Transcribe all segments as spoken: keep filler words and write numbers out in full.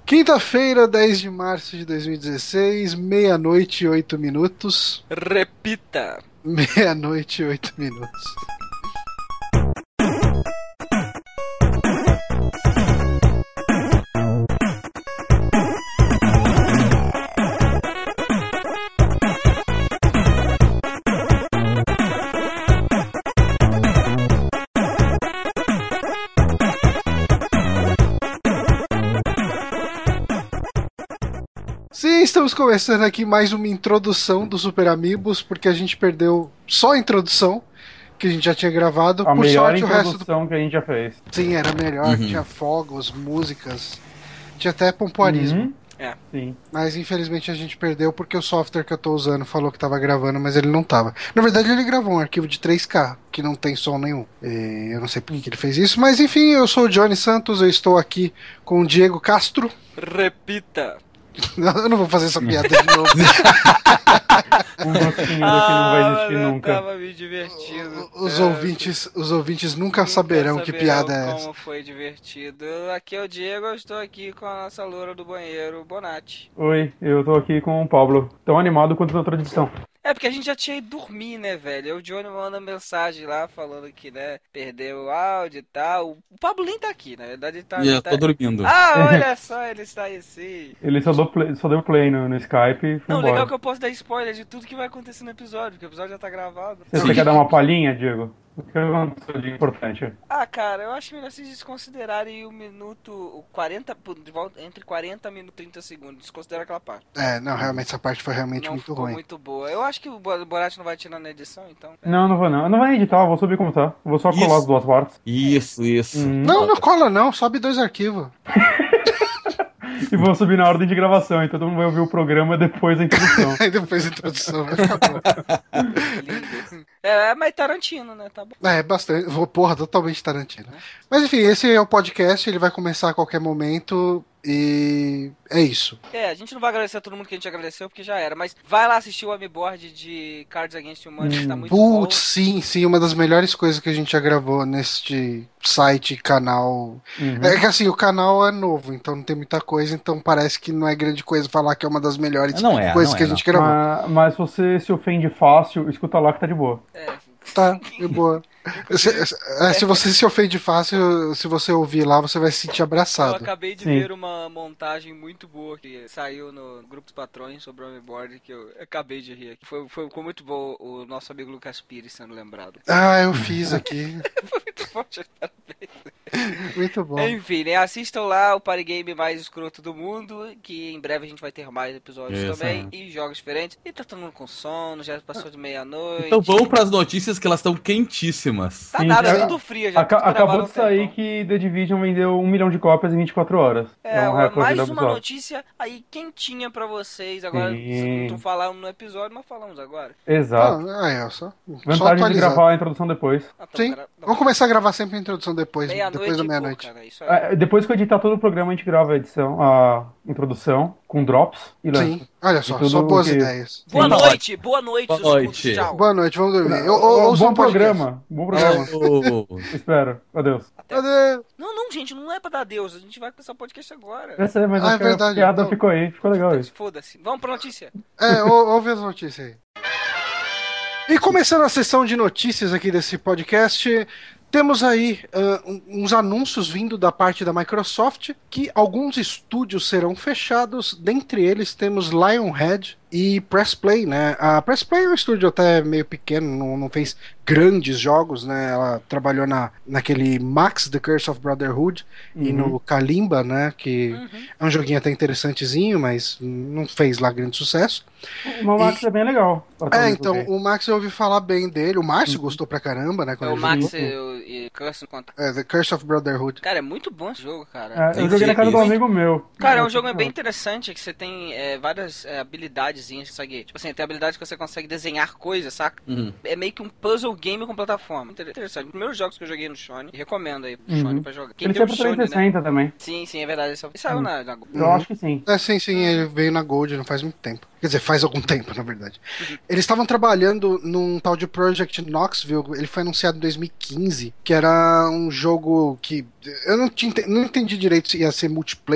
Quinta-feira, dez de março de dois mil e dezesseis, meia-noite e oito minutos. Repita! Meia-noite e oito minutos. Sim, estamos começando aqui mais uma introdução do Super Amigos, porque a gente perdeu só a introdução que a gente já tinha gravado. A Por melhor sorte, o resto introdução que a gente já fez. Sim, era melhor, Uhum. tinha fogos, músicas, tinha até pompoarismo. Uhum. É. Sim. Mas infelizmente a gente perdeu porque o software que eu tô usando falou que tava gravando, mas ele não tava. Na verdade, ele gravou um arquivo de três K, que não tem som nenhum. E eu não sei por que ele fez isso, mas enfim, eu sou o Johnny Santos, eu estou aqui com o Diego Castro. Repita! Eu não vou fazer essa piada de novo. Um rostinho que não vai existir eu nunca. tava me divertindo. Os tanto. ouvintes, os ouvintes nunca, Nunca saberão que piada é como essa. foi divertido. Aqui é o Diego, eu estou aqui com a nossa loura do banheiro, Bonatti. Oi, eu tô aqui com o Pablo. Tão animado quanto na outra edição. É porque a gente já tinha ido dormir, né, velho? Aí o Johnny manda mensagem lá falando que, né, perdeu o áudio e tal. O Pablo nem tá aqui, na verdade ele tá... E eu tá... tô dormindo. Ah, olha só, ele está aí sim. Ele só deu play, só deu play no, no Skype e foi Não, embora. legal que eu posso dar spoiler de tudo que vai acontecer no episódio, porque o episódio já tá gravado. Você Sim. quer dar uma palhinha, Diego? O que aconteceu de importante? Ah, cara, eu acho melhor vocês desconsiderarem o minuto, o quarenta, de volta, entre quarenta minutos e trinta segundos, desconsidera aquela parte. É, não, realmente essa parte foi realmente Não muito ficou ruim. muito boa. Eu acho que o Bo- Borat não vai tirar na edição, então... Não, não vou não. Eu não vou editar, eu vou subir como tá. Eu vou só colar Isso. as duas partes. Isso, isso. Hum. Não, não cola não, sobe dois arquivos. E vou subir na ordem de gravação, então todo mundo vai ouvir o programa depois da introdução. Aí depois a introdução vai ficar bom. Lindo. É, mas Tarantino, né? Tá bom. É, bastante. Vou, porra, totalmente Tarantino. Mas enfim, esse é o podcast, ele vai começar a qualquer momento e é isso. É, a gente não vai agradecer a todo mundo que a gente agradeceu, porque já era. Mas vai lá assistir o Amiboard de Cards Against Humanity, Hum. tá muito bom. Putz, sim, sim, uma das melhores coisas que a gente já gravou neste site, canal. Uhum. É que assim, o canal é novo, então não tem muita coisa, então parece que não é grande coisa falar que é uma das melhores Não é, coisas não que é, a gente gravou. Mas, mas se você se ofende fácil, escuta lá que tá de boa. É. Tá, de boa. Se, é, se você se ofende fácil, se você ouvir lá, você vai se sentir Eu abraçado. acabei de Sim. ver uma montagem muito boa que saiu no grupo dos patrões sobre o Amiboard, que eu acabei de rir aqui. Foi, foi, ficou muito bom o nosso amigo Lucas Pires sendo lembrado. Ah, eu fiz aqui. Foi muito forte, parabéns. Muito bom. Enfim, né? Assistam lá o Party Game mais escroto do mundo, que em breve a gente vai ter mais episódios Isso, também, é. e jogos diferentes. E tá todo mundo com sono, já passou de meia-noite. Então vamos pras notícias que elas estão quentíssimas. Tá Sim, nada, já- tá tudo frio, já Aca- tudo acabou gravado de há um sair tempão. que The Division vendeu um milhão de cópias em vinte e quatro horas. É, um ó, recorde mais da uma Ubisoft. notícia aí quentinha pra vocês. Agora, Sim. vocês não falaram no episódio, mas falamos agora. Exato. Ah, é, só, só Vantagem de atualizar. gravar a introdução depois. Ah, tá, Sim, gra- não, vamos começar a gravar sempre a introdução depois, meia-noite depois da e meia-noite. pouca, né? Isso aí. É, depois que eu editar todo o programa, a gente grava a edição, a introdução com drops e lança. Sim, olha só, tudo só boas que- ideias. Boa Sim. noite, boa noite, Boa seus noite. putos, tchau. Boa noite, vamos dormir. Eu, eu, Bom ouçam um podcast. programa. Bom programa. Oh, Espero. Adeus. Adeus. Não, não, gente, não é pra dar adeus. A gente vai começar o podcast agora. Eu sei, mas Ah, acho é que verdade, a piada então. ficou aí. Ficou legal isso. Foda-se. Vamos pra notícia. É, ou- ouve as notícias aí. E começando a sessão de notícias aqui desse podcast, temos aí ah, um- uns anúncios vindo da parte da Microsoft que alguns estúdios serão fechados. Dentre eles temos Lionhead e Press Play, né? A Press Play é um estúdio até meio pequeno, não, não fez grandes jogos, né? Ela trabalhou na, naquele Max, The Curse of Brotherhood, e Uhum. no Kalimba, né? Que Uhum. é um joguinho até interessantezinho, mas não fez lá grande sucesso. O Max é bem legal. É, então, o Max eu ouvi falar bem dele, o Márcio gostou pra caramba, né? É Quando o ele Max jogou. e o e Curse no contato. É, The Curse of Brotherhood. Cara, é muito bom esse jogo, cara. É, eu Tem joguei na casa do isso. amigo meu. Cara, é um jogo bem interessante, que você tem é, várias é, habilidadezinhas, sabe? Tipo assim, tem habilidade que você consegue desenhar coisas, saca? uhum. É meio que um puzzle game com plataforma. Inter- Interessante. Os primeiros jogos que eu joguei no Shone, e recomendo aí pro Uhum. Shone pra jogar. Quem Ele tem um saiu pra Shone, trezentos e né? sessenta também. Sim, sim, é verdade. Ele só- ele saiu na, na... Eu acho que sim. É, sim, sim, ele veio na Gold não faz muito tempo. Quer dizer, faz algum tempo, na verdade. Eles estavam trabalhando num tal de Project Knoxville, ele foi anunciado em dois mil e quinze, que era um jogo que eu não, tinha, não entendi direito se ia ser multiplayer ou não.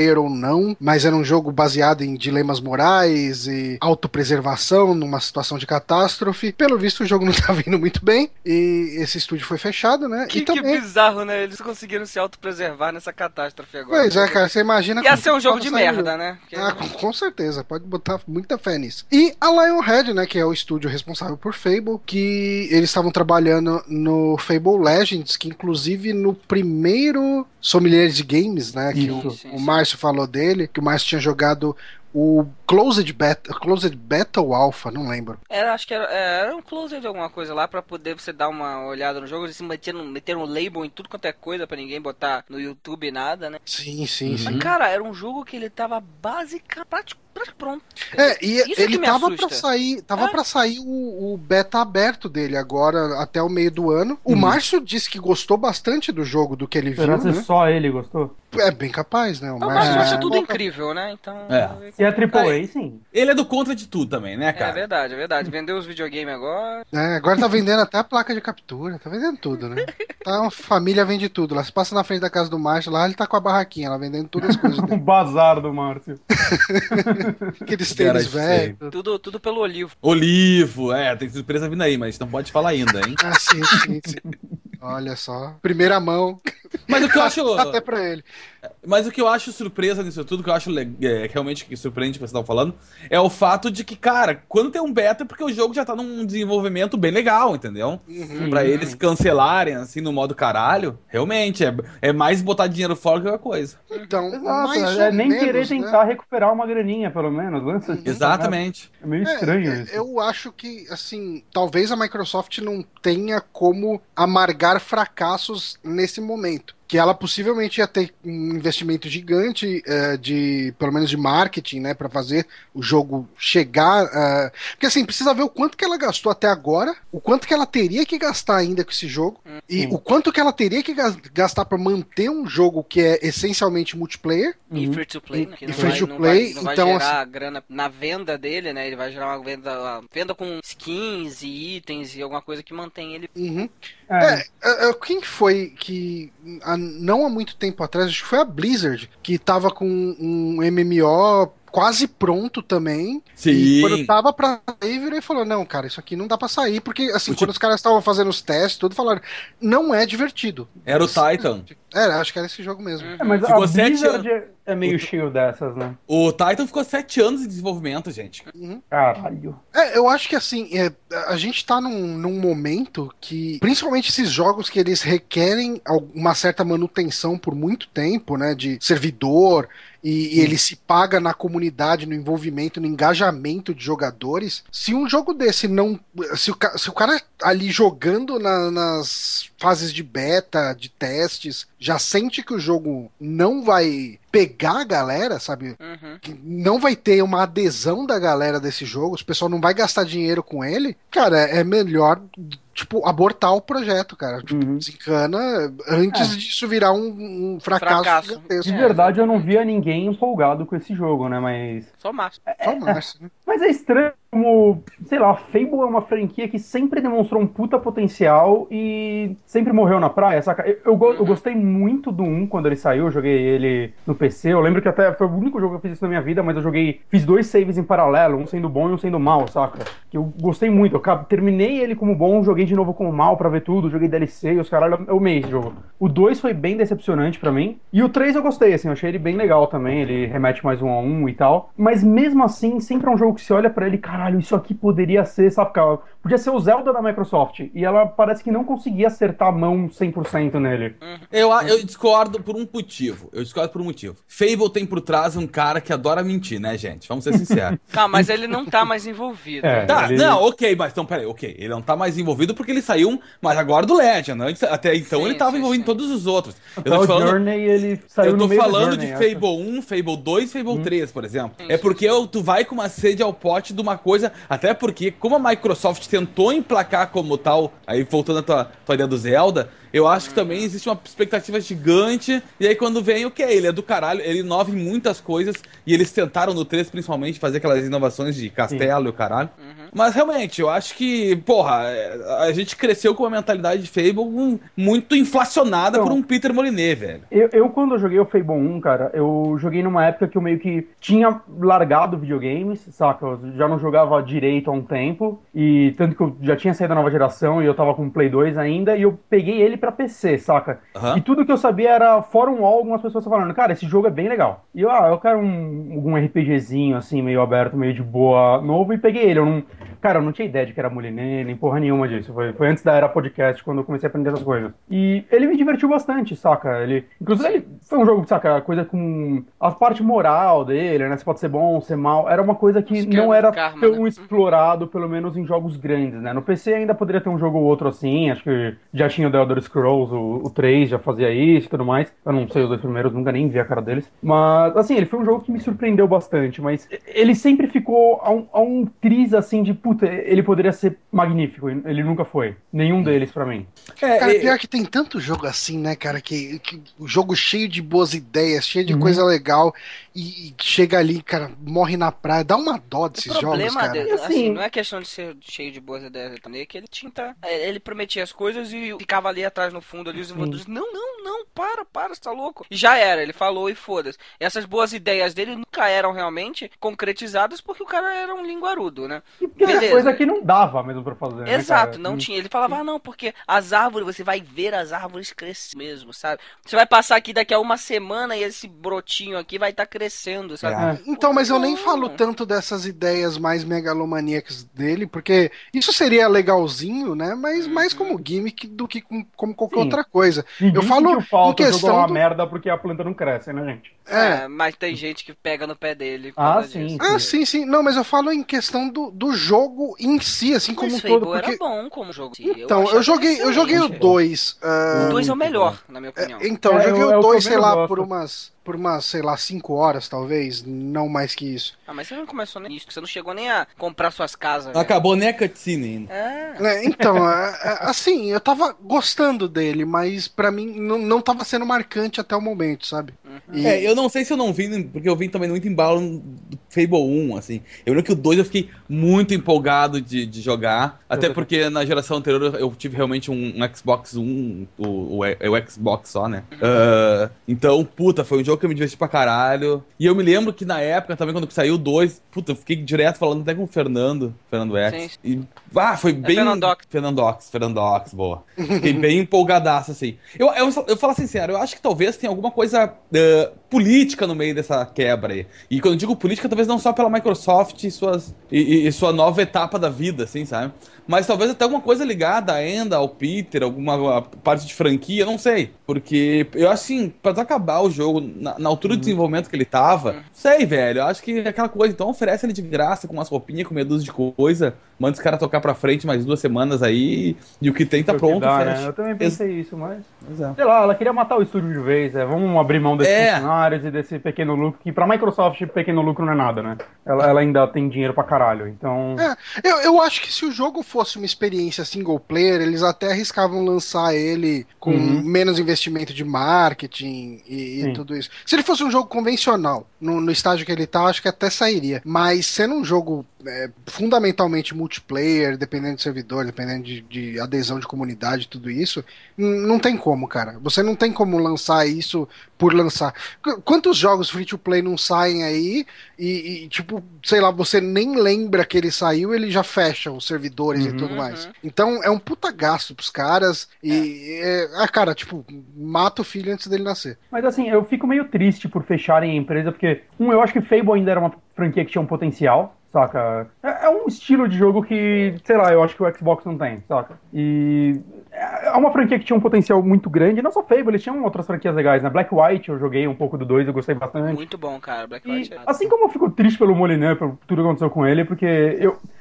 não, mas era um jogo baseado em dilemas morais e autopreservação numa situação de catástrofe. Pelo visto, o jogo não tá vindo muito bem e esse estúdio foi fechado, né? Que, e também... que bizarro, né? Eles conseguiram se autopreservar nessa catástrofe agora. Pois é, cara, você imagina... Ia como ser um jogo de tava saindo. merda, né? Porque... Ah, com, com certeza, pode botar muita fé nisso. E a Lionhead, né, que é o estúdio responsável por Fable, que eles estavam trabalhando no Fable Legends, que inclusive no primeiro Sommelier de Games, né, que Isso. o, Sim, sim, o sim. Márcio falou dele, que o Márcio tinha jogado o Closed Beta, Closed Beta ou Alpha, não lembro. Era, acho que era, era um closer de alguma coisa lá pra poder você dar uma olhada no jogo. Eles meteram, meteram um label em tudo quanto é coisa pra ninguém botar no YouTube e nada, né? Sim, sim, Uhum. sim. Mas, cara, era um jogo que ele tava basicamente prático, prático pronto. É, e Isso é ele que me tava assusta. pra sair, tava É. pra sair o, o beta aberto dele agora até o meio do ano. O Uhum. Márcio disse que gostou bastante do jogo, do que ele viu, Será que né? só ele gostou? É bem capaz, né? O O Márcio Márcio acha É. tudo incrível, né? Então. É. Se é triplo A, Aí- sim. Ele é do contra de tudo também, né, É cara? verdade, é verdade. Vendeu os videogames agora. É, agora tá vendendo até a placa de captura, tá vendendo tudo, né? Tá, uma família vende tudo. Lá, você passa na frente da casa do Márcio, lá ele tá com a barraquinha, lá vendendo todas as coisas O dele. bazar do Márcio. Aqueles Cara, tênis velhos. Tudo, tudo pelo Olivo. Olivo, é, tem surpresa vindo aí, mas não pode falar ainda, hein? Ah, sim, sim, sim. Olha só. Primeira mão. Mas o que eu acho. Até pra ele. Mas o que eu acho surpresa nisso tudo, que eu acho le- é, realmente que surpreende o que vocês estão falando, é o fato de que, cara, quando tem um beta é porque o jogo já tá num desenvolvimento bem legal, entendeu? Uhum. Pra eles cancelarem, assim, no modo caralho, realmente, é, é mais botar dinheiro fora que qualquer coisa. Então, Exato, mais é ou nem menos, querer né? tentar recuperar uma graninha, pelo menos. Lança assim, Exatamente. É meio estranho É, isso. eu acho que, assim, talvez a Microsoft não tenha como amargar fracassos nesse momento. Que ela possivelmente ia ter um investimento gigante eh, de, pelo menos de marketing, né, para fazer o jogo chegar. eh, porque assim, precisa ver o quanto que ela gastou até agora, o quanto que ela teria que gastar ainda com esse jogo, e Sim. o quanto que ela teria que gas- gastar para manter um jogo que é essencialmente multiplayer. E Uhum. free to play, né? Que E não free vai, to não play, vai, não vai então, gerar grana na venda dele, né? Ele vai gerar uma venda, uma venda com skins e itens e alguma coisa que mantém ele. Uhum. É, É, é, quem foi que, há- não há muito tempo atrás, acho que foi a Blizzard, que tava com um M M O quase pronto também. Sim. E quando tava pra sair, virou e falou: não, cara, isso aqui não dá pra sair, porque assim, O quando tipo- os caras estavam fazendo os testes, tudo falaram, não é divertido. Era o Titan. Era, acho que era esse jogo mesmo. é, mas Ficou a sete Blizzard é- é meio O- cheio dessas, né? O Titan ficou sete anos em desenvolvimento, gente. Caralho. É, eu acho que assim, é, a gente tá num, num momento que, principalmente esses jogos que eles requerem al- uma certa manutenção por muito tempo, né, de servidor, e, e ele se paga na comunidade, no envolvimento, no engajamento de jogadores. Se um jogo desse não. Se o, ca- se o cara ali jogando na- nas fases de beta, de testes, já sente que o jogo não vai pegar a galera, sabe? Uhum. Que não vai ter uma adesão da galera desse jogo, o pessoal não vai gastar dinheiro com ele, cara, é melhor, tipo, abortar o projeto, cara. Tipo, Uhum. desencana antes É. disso virar um, um fracasso, Fracasso. gigantesco. De É, verdade, eu não via ninguém empolgado com esse jogo, né? Mas. Só massa. Só o Márcio, né? Mas é estranho como, sei lá, Fable é uma franquia que sempre demonstrou um puta potencial e sempre morreu na praia, saca? Eu, eu, go- eu gostei muito do um quando ele saiu, eu joguei ele no P C. Eu lembro que até foi o único jogo que eu fiz isso na minha vida, mas eu joguei, fiz dois saves em paralelo, um sendo bom e um sendo mal, saca? Que eu gostei muito. Eu acab- terminei ele como bom, joguei de novo como mal pra ver tudo, joguei D L C e os caralho, eu amei esse jogo. O dois foi bem decepcionante pra mim. E o três eu gostei, assim, eu achei ele bem legal também, ele remete mais um a um e tal. Mas mesmo assim, sempre é um jogo que se olha pra ele, caralho, isso aqui poderia ser, sabe, cara, podia ser o Zelda da Microsoft. E ela parece que não conseguia acertar a mão cem por cento nele. Eu, a- eu discordo por um motivo. Eu discordo por um motivo. Fable tem por trás um cara que adora mentir, né, gente? Vamos ser sinceros. Tá, mas ele não tá mais envolvido. É. Tá, Ele- não, ok, mas então, peraí, ok. Ele não tá mais envolvido porque ele saiu, mas agora do Legend. Antes, até então Sim, ele tava sim, envolvido sim. em todos os outros. Eu Até tô o te falando, Journey, ele saiu eu tô no meio do falando Journey, de acho. Fable um, Fable dois, Fable três, por exemplo. Sim, É sim, porque eu- tu vai com uma sede ao pote de uma coisa, até porque, como a Microsoft tentou emplacar como tal, aí voltando à tua, tua ideia do Zelda, Eu acho que também existe uma expectativa gigante, e aí quando vem, o que é? Ele é do caralho, ele inova em muitas coisas, e eles tentaram no três principalmente fazer aquelas inovações de castelo e o caralho. Uhum. Mas realmente, eu acho que, porra, a gente cresceu com uma mentalidade de Fable muito inflacionada Então, por um Peter Molyneux, velho. Eu, eu, quando eu joguei o Fable um, cara, eu joguei numa época que eu meio que tinha largado videogames, saca? Eu já não jogava direito há um tempo, e tanto que eu já tinha saído da nova geração e eu tava com o Play dois ainda, e eu peguei ele pra P C, saca? Uhum. E tudo que eu sabia era fórum wall, algumas pessoas falando, cara, esse jogo é bem legal. E eu, ah, eu quero um, um RPGzinho, assim, meio aberto, meio de boa, novo, e peguei ele. Eu não, cara, eu não tinha ideia de que era Molyneux, nem porra nenhuma disso. Foi, foi antes da era podcast, quando eu comecei a aprender essas coisas. E ele me divertiu bastante, saca? Ele, inclusive, ele foi um jogo, saca, coisa com a parte moral dele, né? Você pode ser bom, ser mal. Era uma coisa que Esquema não era do karma, tão né? explorado, pelo menos em jogos grandes, né? No P C ainda poderia ter um jogo ou outro assim, acho que já tinha o The Elder Scrolls, o, o três já fazia isso e tudo mais. Eu não sei os dois primeiros, nunca nem vi a cara deles. Mas, assim, ele foi um jogo que me surpreendeu bastante, mas ele sempre ficou a um, a um triz, assim, de, puta, ele poderia ser magnífico, ele nunca foi. Nenhum deles pra mim. É, Cara, e- pior que tem tanto jogo assim, né, cara, que, que o jogo cheio de boas ideias, cheio de Uhum. coisa legal, e, e chega ali, cara, morre na praia. Dá uma dó O desses jogos, problema cara. dele, E assim- assim, não é questão de ser cheio de boas ideias também, é que ele tinha, ele prometia as coisas e ficava ali atrás no fundo, ali os desenvolvedores, não, não, não, para, para, você tá louco. E já era, ele falou e foda-se. Essas boas ideias dele nunca eram realmente concretizadas porque o cara era um linguarudo, né? E porque era Beleza. coisa que não dava mesmo pra fazer, né, Exato, cara? não Hum. tinha. Ele falava, ah, não, porque as árvores, você vai ver as árvores crescer mesmo, sabe? Você vai passar aqui daqui a uma semana e esse brotinho aqui vai estar crescendo, sabe? É. Então, mas eu nem Não. falo tanto dessas ideias mais megalomaníacas dele, porque isso seria legalzinho, né? Mas mais como gimmick do que com- como qualquer Sim. outra coisa. Ninguém Eu falo sentiu falta, em o jogo é questão uma do- merda porque a planta não cresce, né, gente? É. É, mas tem gente que pega no pé dele por Ah, causa sim. disso. Ah, sim, sim. Não, mas eu falo em questão do, do jogo em si, assim como um Mas todo. Fable era Porque... bom como jogo. Então, achava eu joguei, eu joguei o excelente. dois. O dois é o melhor, na minha opinião. Então, eu É, joguei eu- é o o que eu dois, sei menos lá, gosto. por umas, por umas, sei lá, cinco horas, talvez. Não mais que isso. Ah, mas você não começou nem isso, você não chegou nem a comprar suas casas. velho. Acabou nem a cutscene ainda. É. É, então, é, é, assim, eu tava gostando dele, mas pra mim não, não tava sendo marcante até o momento, sabe? E- É, eu não sei se eu não vi, porque eu vi também muito embalo do Fable um, assim. Eu lembro que o dois eu fiquei muito empolgado de, de jogar, até também. porque na geração anterior eu tive realmente um, um Xbox One, o, o, o Xbox só, né? Ah, então, puta, foi um jogo que eu me diverti pra caralho. E eu me lembro que na época também, quando saiu o dois, puta, eu fiquei direto falando até com o Fernando, Fernando X. Sim. E, ah, foi bem... Fernandox. Fernandox, Fernandox, boa. Fiquei bem empolgadaço, assim. Eu, eu, eu falo sincero, eu acho que talvez tenha alguma coisa uh, política no meio dessa quebra aí. E quando eu digo política, talvez não só pela Microsoft e, suas, e, e- e sua nova etapa da vida, assim, sabe? Mas talvez até alguma coisa ligada ainda ao Peter, alguma parte de franquia, não sei. Porque eu acho assim, pra tu acabar o jogo na, na altura de desenvolvimento que ele tava, sei, velho, eu acho que é aquela coisa, então oferece ele de graça, com umas roupinhas, com meia dúzia de coisa, manda os caras tocar pra frente mais duas semanas aí, e o que tem tá Foi o que pronto, dá, fecha. né? Eu também pensei isso, mas... Exato. Sei lá, ela queria matar o estúdio de vez, é. Vamos abrir mão desses É. funcionários e desse pequeno lucro, que pra Microsoft pequeno lucro não é nada, né? Ela, ela ainda tem dinheiro pra caralho, então... É, eu, eu acho que se o jogo fosse uma experiência single player, eles até arriscavam lançar ele com Uhum. menos investimento de marketing e, e Sim. tudo isso. Se ele fosse um jogo convencional, no, no estágio que ele tá, acho que até sairia. Mas sendo um jogo é, fundamentalmente multiplayer, dependendo de servidor, dependendo de, de adesão de comunidade, tudo isso, n- não tem como, cara. Você não tem como lançar isso por lançar. Qu- Quantos jogos free to play não saem aí e, e, tipo, sei lá, você nem lembra que ele saiu, ele já fecha os servidores e tudo mais. Então é um puta gasto pros caras e, é, ah, cara, tipo, mata o filho antes dele nascer. Mas assim, eu fico meio triste por fecharem a empresa, porque, um, eu acho que Fable ainda era uma franquia que tinha um potencial, saca? É, é um estilo de jogo que, sei lá, eu acho que o Xbox não tem, saca? E é uma franquia que tinha um potencial muito grande, não só Fable, eles tinham outras franquias legais, né? Black White eu joguei um pouco do dois, eu gostei bastante. Muito bom, cara. Black E, White é- assim como eu fico triste pelo Molyneux, por tudo que aconteceu com ele, porque eu,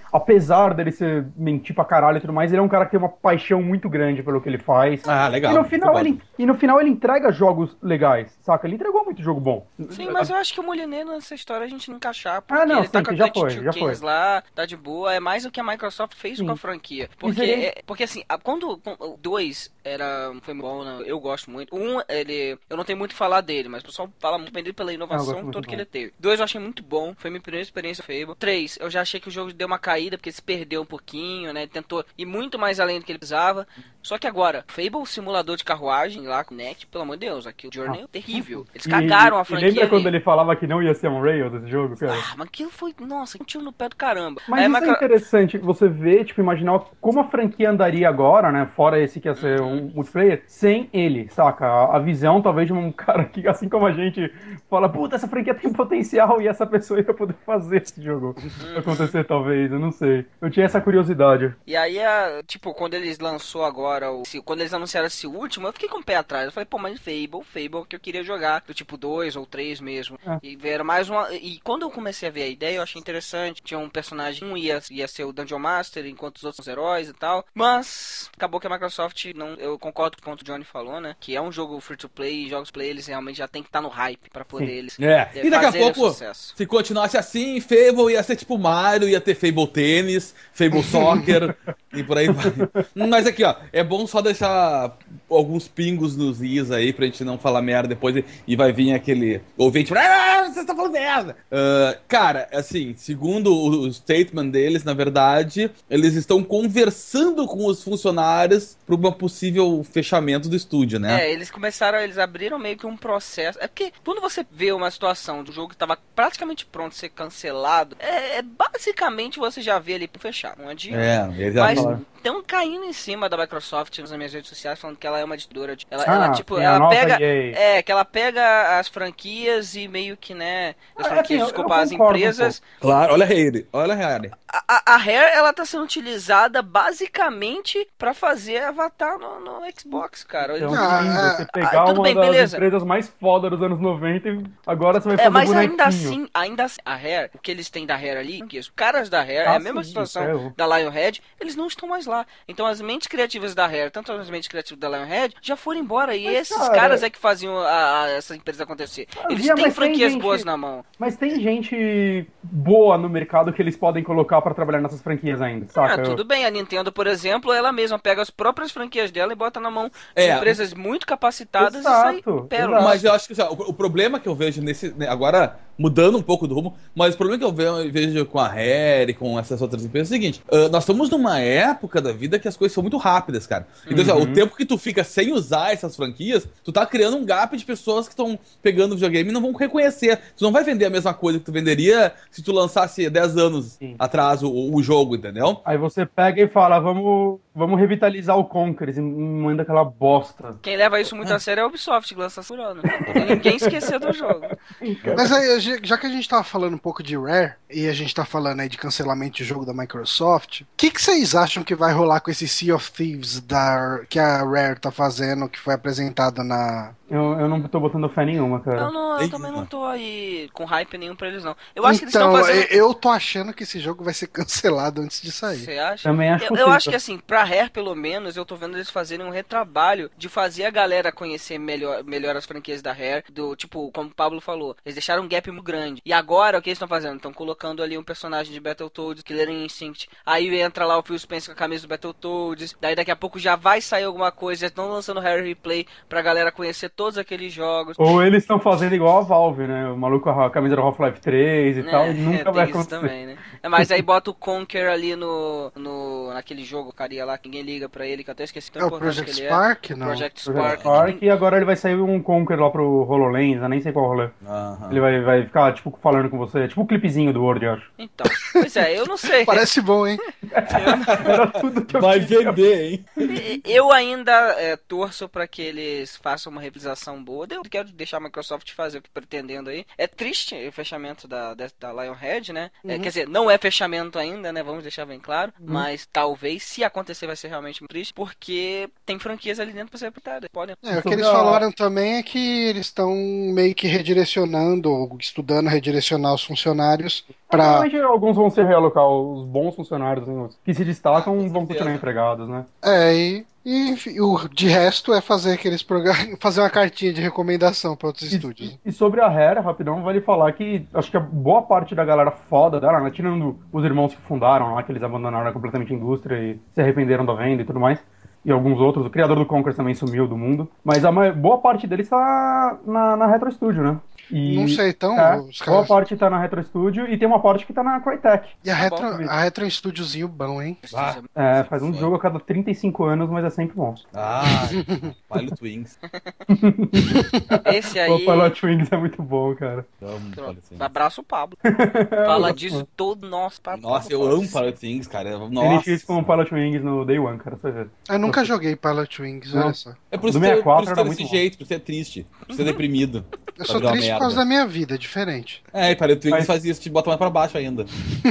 apesar dele ser mentir pra caralho e tudo mais, ele é um cara que tem uma paixão muito grande pelo que ele faz. Ah, legal. E no final, ele, e no final ele entrega jogos legais, saca? Ele entregou muito jogo bom. Sim, mas eu acho que o Moliné nessa história a gente não encaixar, porque Ah, não, ele sim, tá com a já twenty two foi, já Kings foi. lá, tá de boa, é mais o que a Microsoft fez Sim. com a franquia. Porque, ele- é- porque assim, a- quando com- o dois era, foi bom, né, eu gosto muito. Um, ele, eu não tenho muito o que falar dele, mas o pessoal fala muito bem dele pela Ah, eu inovação gosto muito toda que bom. ele teve. Dois eu achei muito bom, foi minha primeira experiência com Fable. Três, eu já achei que o jogo deu uma caída, porque se perdeu um pouquinho, né, ele tentou ir muito mais além do que ele precisava. Só que agora, Fable simulador de carruagem lá com o Kinect, pelo amor de Deus, aqui o Journey é terrível. Eles E- cagaram a e franquia lembra ali. quando ele falava que não ia ser um Rails esse jogo, cara? Ah, mas aquilo foi, nossa, um tiro no pé do caramba. Mas Aí a isso é Micro- interessante, você vê, tipo, imaginar como a franquia andaria agora, né? Fora esse que ia ser um multiplayer, sem ele, saca? A, a visão, talvez, de um cara que, assim como a gente, fala, puta, essa franquia tem potencial e essa pessoa ia poder fazer esse jogo acontecer, talvez, eu não sei. Eu tinha essa curiosidade. E aí, a, tipo, quando eles lançou agora, o, se- quando eles anunciaram esse último, eu fiquei com o pé atrás. Eu falei, pô, mas Fable, Fable que eu queria jogar, do tipo dois ou três mesmo. É. E era mais uma. E quando eu comecei a ver a ideia, eu achei interessante. Tinha um personagem, um ia, ia ser o Dungeon Master, enquanto os outros são os heróis e tal. Mas acabou que a Microsoft não. Eu concordo com o que o Johnny falou, né? Que é um jogo free to play e jogos play, eles realmente já tem que estar no hype pra poder Sim. eles É, eh, e daqui a fazerem pouco, sucesso. se continuasse assim, Fable ia ser tipo Mario, ia ter Fable Tênis, Fable Soccer e por aí vai. Mas aqui, ó, é bom só deixar alguns pingos nos is aí pra gente não falar merda depois e, e vai vir aquele ouvinte, ah, você tá falando merda. Ah, cara, assim, segundo o, o statement deles, na verdade, eles estão conversando com os funcionários para um possível fechamento do estúdio, né? É, eles começaram, eles abriram meio que um processo. É porque quando você vê uma situação do jogo que tava praticamente pronto a ser cancelado, é, é basicamente você já vê ali pra fechar, não adianta. É, eles já Mas falaram. estão caindo em cima da Microsoft nas minhas redes sociais falando que ela é uma editora de. Ela, Ah, ela, tipo, sim, a ela nova pega. E A. É, que ela pega as franquias e meio que, né. As Ah, franquias, assim, eu- desculpa, eu as concordo um empresas. Claro, olha a Harry, olha a Harry. A, a, a Rare, ela tá sendo utilizada basicamente pra fazer Avatar no, no Xbox, cara. Então, Eles- Ah, sim, ah, você ah, pegar tudo uma bem, das beleza. empresas mais foda dos anos noventa e agora você vai É, fazer mas bonequinho. ainda assim, ainda assim, a Rare, o que eles têm da Rare ali, que os caras da Rare, é Ah, a mesma sim, situação isso é, eu- da Lionhead, eles não estão mais lá. Então as mentes criativas da Rare, tanto as mentes criativas da Lionhead, já foram embora. E Mas, esses cara, caras é que faziam a, a- essa empresa acontecer. Eles Via, têm mas tem franquias gente- boas na mão. Mas tem gente boa no mercado que eles podem colocar pra trabalhar nessas franquias ainda, Ah, saca? tudo bem, a Nintendo, por exemplo, ela mesma pega as próprias franquias dela e bota na mão de É. empresas muito capacitadas Exato, e sai pérolas. Mas eu acho que assim, ó, o, o problema que eu vejo nesse. né, agora, mudando um pouco do rumo, mas o problema que eu ve- vejo com a Rare, com essas outras empresas é o seguinte: ah, nós estamos numa época da vida que as coisas são muito rápidas, cara. Então, assim, ó, Uhum. o tempo que tu fica sem usar essas franquias, tu tá criando um gap de pessoas que estão pegando o videogame e não vão reconhecer. Tu não vai vender a mesma coisa que tu venderia se tu lançasse dez anos Sim. atrás o, o jogo, entendeu? Aí você pega e fala, vamos, vamos revitalizar o Conquerors e manda aquela bosta. Quem leva isso muito a sério é a Ubisoft, que lança por ano. E ninguém esqueceu do jogo. Mas aí, já que a gente tava falando um pouco de Rare, e a gente tá falando aí de cancelamento de jogo da Microsoft, o que, que vocês acham que vai rolar com esse Sea of Thieves da, que a Rare tá fazendo, que foi apresentado na... Eu, eu não tô botando fé nenhuma, cara. Eu, não, eu Eita. também não tô aí com hype nenhum pra eles, não. Eu acho que eles então, estão fazendo. eu eu tô achando que esse jogo vai ser cancelado antes de sair. Você acha? Também acho Eu, possível. eu acho que assim, pra Rare, pelo menos, eu tô vendo eles fazerem um retrabalho de fazer a galera conhecer melhor, melhor as franquias da Rare. Do tipo, como o Pablo falou, eles deixaram um gap muito grande. E agora, o que eles estão fazendo? Estão colocando ali um personagem de Battletoads, Killer Instinct. Aí entra lá o Phil Spencer com a camisa do Battletoads. Daí daqui a pouco já vai sair alguma coisa. Já estão lançando Rare Replay pra galera conhecer todos aqueles jogos. Ou eles estão fazendo igual a Valve, né? O maluco com a camisa do Half-Life três e tal, e nunca tem vai isso acontecer. também, né? É, mas aí bota o Conker ali no, no naquele jogo, carinha lá, que ninguém liga pra ele, que eu até esqueci tão É o importante Project que ele Spark? é. Não. Project Project Spark. Spark, ninguém- e agora ele vai sair um Conquer lá pro HoloLens, eu nem sei qual rolê. Aham. Ele vai, vai ficar, tipo, falando com você, tipo um clipezinho do Word, eu acho. Então, pois é, eu não sei. Parece bom, hein? Era tudo que eu Vai queria. vender, hein? Eu ainda é, torço pra que eles façam uma revisão organização boa. Eu quero deixar a Microsoft fazer o que pretendendo aí. É triste o fechamento da, da, da Lionhead, né? Uhum. É, quer dizer, não é fechamento ainda, né? Vamos deixar bem claro. Uhum. Mas talvez, se acontecer, vai ser realmente muito triste, porque tem franquias ali dentro pra ser apertadas. Podem. É, o que eles falaram também é que eles estão meio que redirecionando, ou estudando redirecionar os funcionários para. Provavelmente alguns vão se realocar, os bons funcionários, né, os que se destacam, Ah, com vão certeza. continuar empregados, né? É, e, e enfim, o de resto é fazer aqueles programas, fazer uma cartinha de recomendação para outros E, estúdios. e- e sobre a Rare, rapidão, vale falar que acho que a boa parte da galera foda dela, né, tirando os irmãos que fundaram lá, que eles abandonaram completamente a indústria e se arrependeram da venda e tudo mais, e alguns outros, o criador do Conquer também sumiu do mundo, mas a ma- boa parte deles tá na, na Retro Studio, né? E, Não sei, então, é, os boa caras. parte tá na Retro Studio e tem uma parte que tá na Crytek. E a Tá Retro, bom. a Retro é um estúdiozinho bom, hein? Ah. É, faz um Foi. jogo a cada trinta e cinco anos, mas é sempre bom. Ah, Pilot Wings. Esse O aí. Pilot Wings é muito bom, cara. Amo Pilot Wings. Abraço o Pablo. Fala disso todo nosso Pablo. Nossa, eu amo Pilot Wings, cara. Ele Nossa. fez com o Pilot Wings no Day One, cara, você vê. Eu nunca joguei Pilot Wings, Não. olha só. É por isso Do que ter, sessenta e quatro por isso era ter muito desse bom. jeito, por ser triste, por ser deprimido. Eu Pra sou virar uma triste por causa merda. da minha vida, é diferente. É, e Pilot Wings Mas- faz isso, te bota mais pra baixo ainda.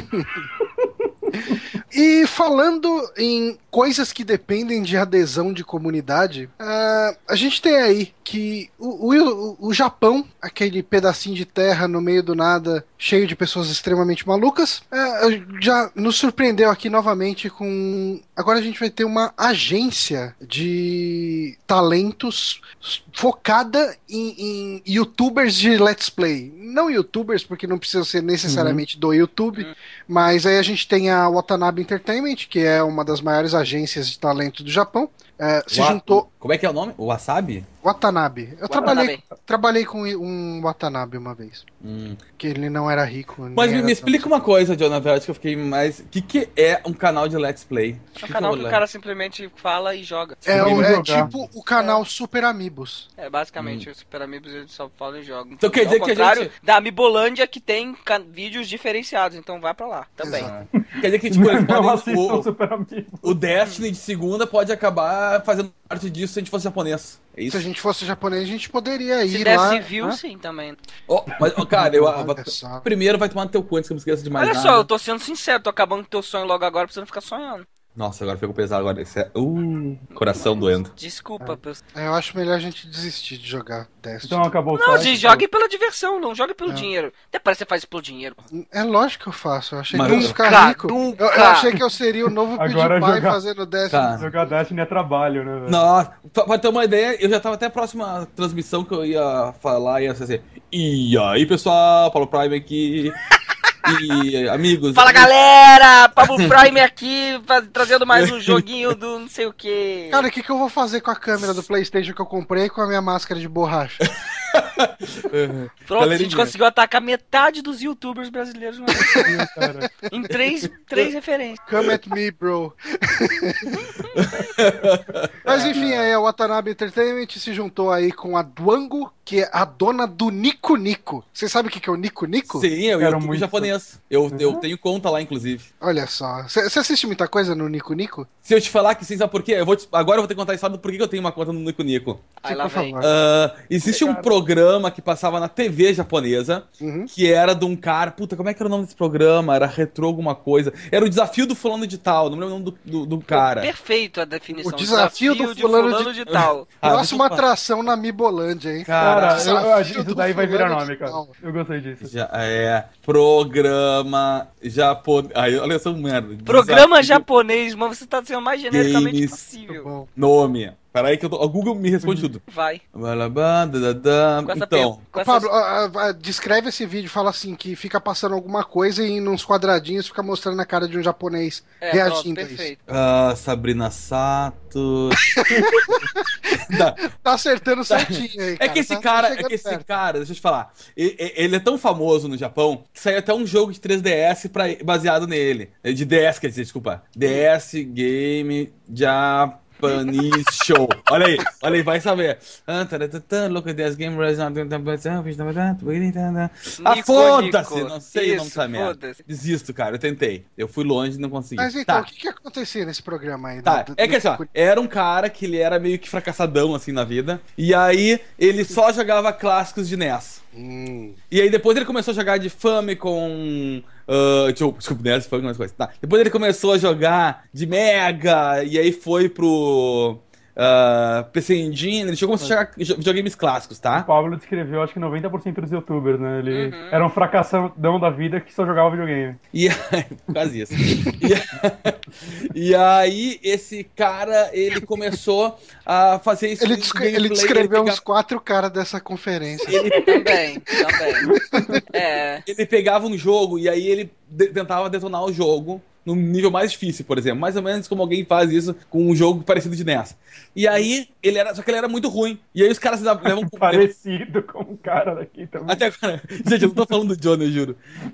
E falando em coisas que dependem de adesão de comunidade, ah, a gente tem aí que o, o, o Japão, aquele pedacinho de terra no meio do nada, cheio de pessoas extremamente malucas, ah, já nos surpreendeu aqui novamente com... Agora a gente vai ter uma agência de talentos focada em, em youtubers de Let's Play. Não youtubers, porque não precisa ser necessariamente do YouTube, mas aí a gente tem a Watanabe Entertainment, que é uma das maiores agências de talento do Japão. É, se Wa- juntou... Como é que é o nome? O Wasabi? Watanabe. Eu Watanabe. Trabalhei, trabalhei com um Watanabe uma vez. Hum. Que ele não era rico. nem Mas me, era me tão- explica uma coisa, John, na verdade, que eu fiquei mais... O que, que é um canal de Let's Play? É um canal que o cara simplesmente fala e joga. É, Sobre o- é jogar. tipo o canal Super Amigos. É, basicamente, os Super Amigos eles só falam e jogam. Então quer Ao dizer que a contrário gente- da Amibolândia, que tem ca- vídeos diferenciados, então vai pra lá também. Exato. Quer dizer que, tipo, eles Não podem... assistam o, Super Amigos. o Destiny de segunda pode acabar fazendo parte disso se a gente fosse japonês. É Se isso? a gente fosse japonês, a gente poderia Se ir der lá. civil, Hã? sim, também. Ó, mas, ó, cara, eu... Olha só. Primeiro vai tomar no teu cu antes que eu me esqueça de mais Olha nada. só, eu tô sendo sincero, tô acabando com teu sonho logo agora pra você não ficar sonhando. Nossa, agora ficou pesado agora. Esse é... Uh, coração doendo. Desculpa, pessoal. É, eu acho melhor a gente desistir de jogar Destiny. Então acabou o Não, site, gente, jogue pela diversão, não jogue pelo É. dinheiro. Até parece que você faz isso pelo dinheiro. É lógico que eu faço. Eu achei Mas- que eu ia ficar Nunca, rico. nunca. Eu, eu achei que eu seria o novo Agora PewDiePie jogar- fazendo Destiny. Tá. Jogar Destiny é trabalho, né, velho? Nossa, pra, pra ter uma ideia, eu já tava até a próxima transmissão que eu ia falar, ia ser assim, e aí pessoal, Paulo Prime aqui, e amigos... Fala galera, Pablo Prime aqui, fa- trazendo mais um joguinho do não sei o que. Cara, o que, que eu vou fazer com a câmera do PlayStation que eu comprei e com a minha máscara de borracha? Pronto, a galerinha. gente conseguiu atacar metade dos youtubers brasileiros numa vez. Cara. em três, três referências. Come at me, bro. Mas enfim, aí a Watanabe Entertainment se juntou aí com a Dwango, que é a dona do Nico Nico. Você sabe o que que é o Nico Nico? Sim, eu Quero YouTube muito. japonês. Eu, eu tenho conta lá, inclusive. Olha só. Você assiste muita coisa no Nico Nico? Se eu te falar que sim, sabe por quê? Eu vou te- agora eu vou ter que contar a história do porquê que eu tenho uma conta no Nico Nico. Aí lá por vem. favor. Ah, existe um programa que passava na T V japonesa, Uhum. que era de um cara... Puta, como é que era o nome desse programa? Era retrô alguma coisa. Era o Desafio do Fulano de Tal, não me lembro o nome do, do, do cara. Perfeito a definição. O desafio do de fulano de- de tal. Ah, Próxima deixa eu atração na Mibolândia, hein? Cara, Cara, eu, eu, acho que do isso daí vai virar fulano nome, de cara. tal. Eu gostei disso. já é programa japonês. Aí, olha essa merda. Programa Desafio- japonês, mas você tá sendo o mais genericamente Games. possível. Bom. Nome. Peraí que eu tô... o Google me responde tudo. Vai. Balabá, dadadá. Com essa Então, pe- com essas- Pablo, ah, ah, descreve esse vídeo, fala assim, que fica passando alguma coisa e nos quadradinhos fica mostrando a cara de um japonês É, pronto, reagindo a isso. perfeito. ah, Sabrina Sato. Tá. Tá acertando certinho aí, É cara. que esse Tá- tá cara, é chegando que esse perto. cara, deixa eu te falar, e- e- ele é tão famoso no Japão que saiu até um jogo de três D S pra, baseado nele. De D S, quer dizer, desculpa. D S Game Japanese Show. Olha aí, olha aí, vai saber. Look at this game. Ah, Nico, foda-se! Nico. Não sei o nome Isso, dessa merda. foda-se. Desisto, cara, eu tentei. Eu fui longe e não consegui. Mas então, Tá. o que, que acontecia nesse programa aí? Tá, Do- é que assim, ó, era um cara que ele era meio que fracassadão, assim, na vida. E aí, ele só jogava clássicos de N E S. Hum. E aí, depois ele começou a jogar de Famicom... Uh, desculpa, desculpa, N E S, Famicom, umas coisas. Tá. Depois ele começou a jogar de Mega, e aí foi pro... Uh, P C Engine, ele chegou a jogar videogames clássicos, O tá? Pablo descreveu, acho que noventa por cento dos youtubers, né? Ele Uhum. era um fracassadão da vida que só jogava videogame. E aí, quase isso. E, e aí, esse cara, ele começou a fazer isso. Ele, descre- ele descreveu uns quatro caras dessa conferência. Também, também. É. Ele pegava um jogo e aí ele de- tentava detonar o jogo no nível mais difícil, por exemplo. Mais ou menos como alguém faz isso com um jogo parecido de N E S. E aí, ele era. Só que ele era muito ruim. E aí os caras levam. Parecido com um cara daqui também. Até agora. Gente, eu não tô falando do Johnny, eu juro. E,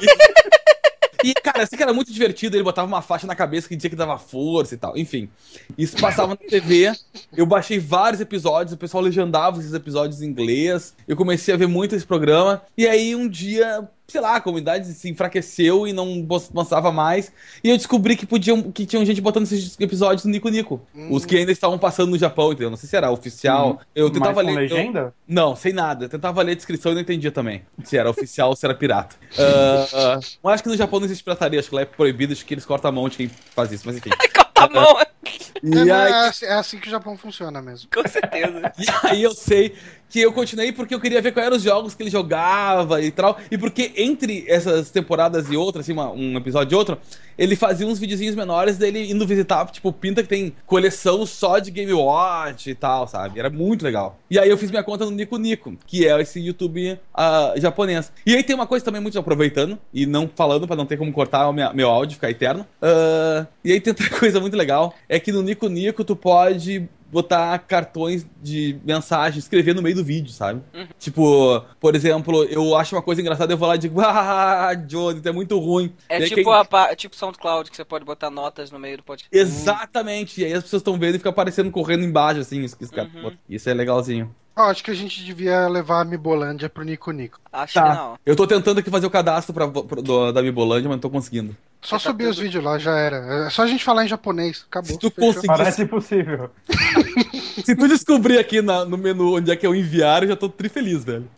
e, e, cara, assim que era muito divertido, ele botava uma faixa na cabeça que dizia que dava força e tal. Enfim. Isso passava na T V. Eu baixei vários episódios, o pessoal legendava esses episódios em inglês. Eu comecei a ver muito esse programa. E aí, um dia. Sei lá, a comunidade se enfraqueceu e não mostrava mais. E eu descobri que podiam, que tinham gente botando esses episódios no Nico Nico. Hum. Os que ainda estavam passando no Japão, entendeu? Não sei se era oficial. Hum. Eu tentava Mas com ler. eu- legenda? Não, sem nada. Eu tentava ler a descrição e não entendia também. Se era oficial ou se era pirata. Ah, ah, eu acho que no Japão não existe pirataria. Acho que lá é proibido, acho que eles cortam a mão de quem faz isso. Mas enfim. Corta a mão, É, E não, aí, é, assim, é assim que o Japão funciona mesmo. com certeza. e aí eu sei que eu continuei porque eu queria ver quais eram os jogos que ele jogava e tal. E porque entre essas temporadas e outras, assim, uma- um episódio e outro, ele fazia uns videozinhos menores dele indo visitar, tipo, Pinta que tem coleção só de Game Watch e tal, sabe? Era muito legal. E aí eu fiz minha conta no Nico Nico, que é esse YouTube ah, japonês. E aí tem uma coisa também muito aproveitando, e não falando pra não ter como cortar o minha- meu áudio, ficar eterno. Ah, e aí tem outra coisa muito legal, é que no Nico Nico tu pode botar cartões de mensagem, escrever no meio do vídeo, sabe? Uhum. Tipo, por exemplo, eu acho uma coisa engraçada, eu vou lá e digo, ah, Johnny, tu é muito ruim. É E aí tipo, quem- a, pa- tipo SoundCloud, que você pode botar notas no meio do podcast. Exatamente, e aí as pessoas estão vendo e fica aparecendo correndo embaixo, assim, isso, isso, Uhum. isso é legalzinho. Ó, acho que a gente devia levar a Mibolândia pro Nico Nico. Acho que Tá, não. eu tô tentando aqui fazer o cadastro pra, pra- do- da Mibolândia, mas não tô conseguindo. Só Tá subir tudo- os vídeos lá, já era. É só a gente falar em japonês. Acabou. Se tu fechou. conseguir- Parece impossível. Se tu descobrir aqui na- no menu onde é que é o enviar, eu já tô trifeliz, velho.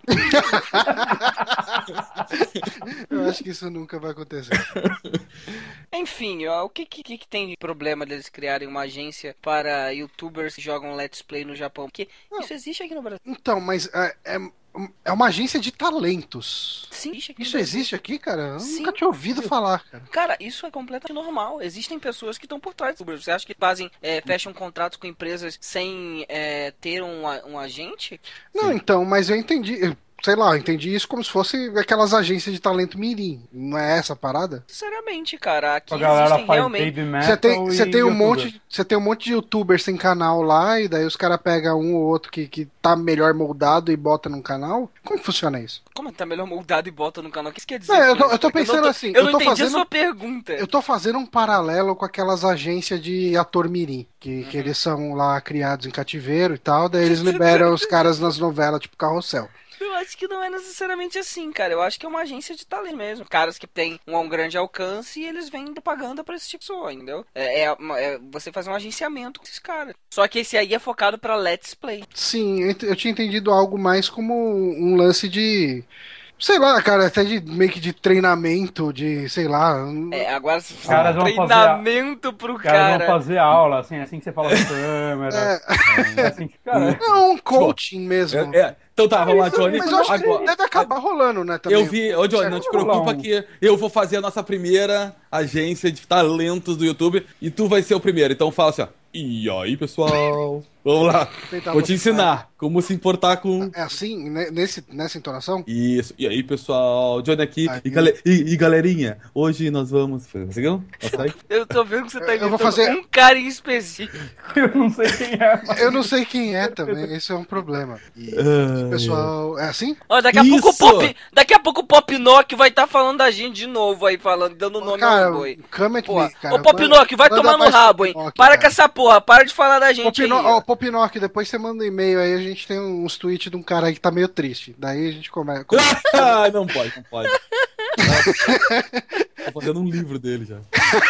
Eu acho que isso nunca vai acontecer. Enfim, ó, o que, que, que tem de problema deles criarem uma agência para youtubers que jogam Let's Play no Japão? Porque isso existe aqui no Brasil. Então, mas é, é, é uma agência de talentos. Sim, existe aqui no Isso Brasil. existe aqui, cara? Eu Sim. nunca tinha ouvido falar, cara. Cara, isso é completamente normal. Existem pessoas que estão por trás do youtubers. Você acha que fazem, é, fecham contratos com empresas sem é, ter um, a- um agente? Não, então, mas eu entendi. eu- Sei lá, eu entendi isso como se fosse aquelas agências de talento mirim. Não é essa a parada? Sinceramente, cara, aqui A galera existem faz realmente. baby metal Você tem, e você tem um youtuber. monte, você tem um monte de youtubers sem canal lá, e daí os caras pegam um ou outro que, que tá melhor moldado e bota num canal? Como que funciona isso? Como tá melhor moldado e bota no canal? O que isso quer dizer? Não, eu tô- com eu tô isso? não pensando assim, Eu eu não tô entendi fazendo- a sua pergunta. Eu tô fazendo um paralelo com aquelas agências de ator mirim, que, que eles são lá criados em cativeiro e tal, daí eles liberam os caras nas novelas, tipo Carrossel. Eu acho que não é necessariamente assim, cara. Eu acho que é uma agência de talento mesmo. Caras que têm um, um grande alcance e eles vendem propaganda pra esse tipo de pessoa, entendeu? É, é uma- é você fazer um agenciamento com esses caras. Só que esse aí é focado pra Let's Play. Sim, eu ent- eu tinha entendido algo mais como um lance de... Sei lá, cara, até de meio que de treinamento, de, sei lá... um- É, agora caras vão fazer a- treinamento pro Os caras cara. vão fazer aula, assim, assim que você fala com câmera. É assim que, cara, Não, um coaching mesmo. É, é, então tá, vamos lá, Isso, Johnny. Mas eu acho que Agora- deve acabar rolando, né, também. Eu vi, ô Johnny, não te preocupa que eu vou fazer a nossa primeira agência de talentos do YouTube e tu vai ser o primeiro. Então fala assim, ó. E aí, pessoal? Vamos lá. Tentar Vou te você- ensinar como se importar com... É assim, né, nesse, nessa entonação? Isso. E aí, pessoal? Johnny aqui. Aí. E, gale- e- e galerinha, hoje nós vamos... Conseguiu? Consegue? Eu tô vendo que você tá Eu vou imitando fazer- um cara em específico. Eu não sei quem é. Mas... Eu não sei quem é também, esse é um problema. E, Ai, pessoal, é assim? Ó, daqui a Isso! pouco o Pop, daqui a pouco o Pop Nock vai estar falando da gente de novo aí, falando, dando nome Cara, aos boi. come at Porra. me, cara. Ô, Pop Nock, vai Manda tomar no mais rabo, hein? Popnock, Para cara. com essa porra, para de falar da gente aí. Popino... ó. Ó, Popinock, depois você manda um e-mail aí, a gente tem uns tweets de um cara aí que tá meio triste. Daí a gente começa. Ah, não pode, não pode. Tô fazendo um livro dele já.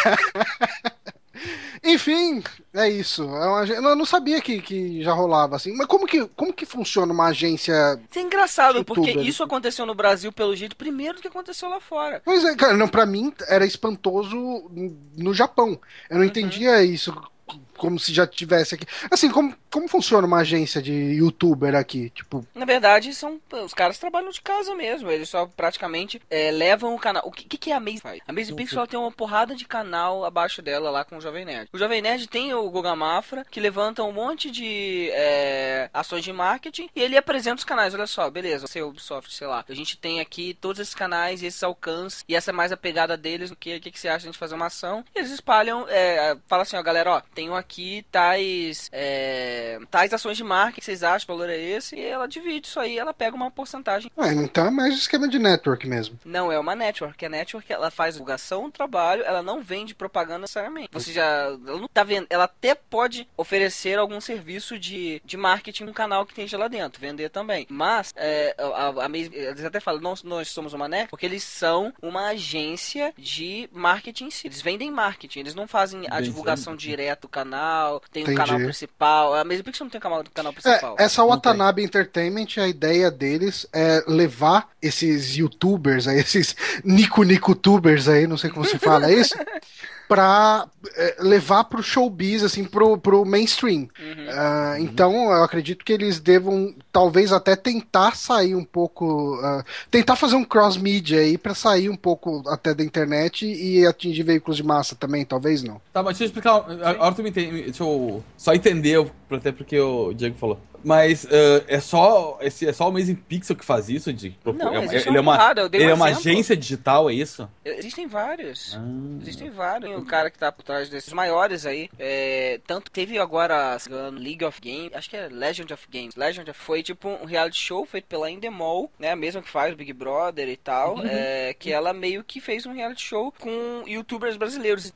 Enfim, é isso. É uma... agen- Eu não sabia que, que já rolava assim. Mas como que, como que funciona uma agência? Isso é engraçado, porque Youtuber. isso aconteceu no Brasil pelo jeito primeiro do que aconteceu lá fora. Pois é, cara, não, pra mim era espantoso no Japão. Eu não Uhum. entendia isso como se já tivesse aqui. Assim, como, como funciona uma agência de youtuber aqui? Tipo, Na verdade, são os caras trabalham de casa mesmo. Eles só praticamente é, levam o canal. O que, que, que é a Amazing faz? A Amazing Pixel ela tem uma porrada de canal abaixo dela lá com o Jovem Nerd. O Jovem Nerd tem o Guga Mafra, que levanta um monte de é, ações de marketing e ele apresenta os canais. Olha só, beleza, você Ubisoft, sei lá. A gente tem aqui todos esses canais e esses alcances e essa é mais a pegada deles do que o que, que você acha de a gente fazer uma ação. E eles espalham, é, fala assim, ó, galera, ó, tenho aqui tais é, tais ações de marketing que vocês acham, o valor é esse, e ela divide isso aí, ela pega uma porcentagem. ah, então é mais esquema de network mesmo. Não é uma network, a network ela faz divulgação do trabalho, ela não vende propaganda necessariamente. Você já, ela não tá vendo, ela até pode oferecer algum serviço de, de marketing no canal que esteja lá dentro, vender também. Mas é, a, a, mes- eles até falam, nós, nós somos uma network, porque eles são uma agência de marketing em si. Eles vendem marketing, eles não fazem a Vendem. divulgação direta do canal, tem um Entendi. canal principal. A mesma Pixel não tem canal, canal É, principal. essa Não Watanabe Entertainment, a ideia deles é levar esses youtubers aí, esses nico-nico-tubers aí, não sei como se fala isso, pra é, levar pro showbiz, assim, pro, pro mainstream. Uhum. Ah, então, eu acredito que eles devam, talvez, até tentar sair um pouco, ah, tentar fazer um cross-media aí pra sair um pouco até da internet e atingir veículos de massa também, talvez não. Tá, mas deixa eu explicar. Agora tu me entende. Deixa eu só entender, até porque o Diego falou. Mas uh, é só esse é só o Amazing Pixel que faz isso? De, Não, é, existe ele é uma uma, porrada, eu dei um ele é uma exemplo. agência digital, é isso? Existem vários. Ah. Existem vários. O cara que tá por trás desses maiores aí. É, tanto teve agora, se não me engano, League of Games. Acho que é Legend of Games. Legend of, foi tipo um reality show feito pela Endemol, né? A mesma que faz o Big Brother e tal. Uhum. É, que ela meio que fez um reality show com youtubers brasileiros.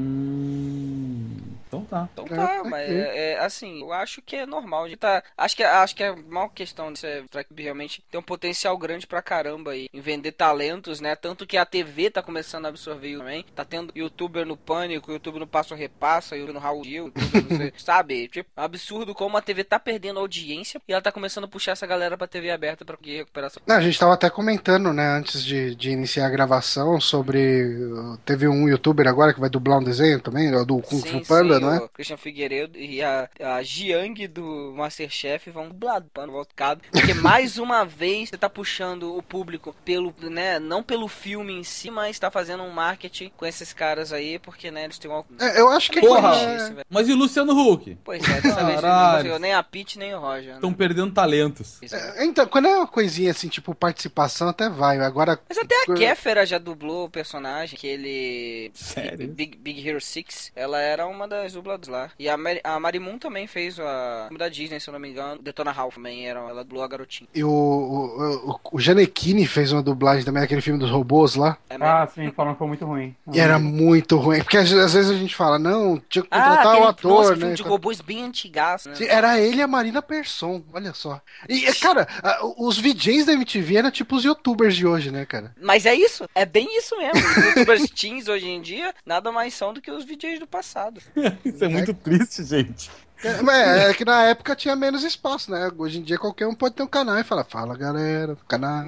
Hum, então tá. Então É, tá, ok. mas é, é, assim, eu acho que é normal de tá. Acho que, acho que é uma questão de você realmente tem um potencial grande pra caramba aí em vender talentos, né? Tanto que a T V tá começando a absorver isso também. Tá tendo youtuber no Pânico, youtuber no Passo Repassa, youtuber no Raul Gil, youtuber no, sabe? Tipo, é um absurdo como a T V tá perdendo audiência e ela tá começando a puxar essa galera pra T V aberta pra conseguir recuperação. Não, a gente tava até comentando, né, antes de, de iniciar a gravação sobre. uh, Teve um youtuber agora que vai dublar um desenho também, o do Kung Fu Panda, sim, não é? o Christian Figueiredo e a, a Jiang do Masterchef vão dublar do pano voltado. Porque mais uma vez você tá puxando o público pelo, né, não pelo filme em si, mas tá fazendo um marketing com esses caras aí, porque, né, eles têm uma... É, eu acho que. Porra! é, Isso, velho. Mas e o Luciano Huck? Pois é, dessa vez Caralho. não conseguiu nem a Pete nem o Roger. Estão Né? perdendo talentos. Isso é. é, então, quando é uma coisinha assim, tipo participação, até vai. Agora. Mas até a Kéfera já dublou o personagem, que ele... Sério? Big, Big Hero seis, ela era uma das dubladoras lá. E a, Mari, a Marimun também fez a da Disney, se eu não me engano. Detona Ralph também, era, ela dublou a garotinha. E o, o, o, o Gianecchini fez uma dublagem também daquele filme dos robôs lá. É Ah, sim, falam que foi muito ruim. E era muito ruim. Porque às, às vezes a gente fala, não, tinha que Ah, contratar aquele, o ator, nossa, né? filme de robôs bem antigaço, né? Sim, era ele e a Marina Persson, olha só. E, e, cara, a- os V Js da M T V eram tipo os youtubers de hoje, né, cara? Mas é isso, é bem isso mesmo. Os youtubers teens hoje em dia nada mais são do que os V Js do passado. Isso é muito triste, gente. É, mas é que na época tinha menos espaço, né? Hoje em dia qualquer um pode ter um canal e falar, fala galera, canal.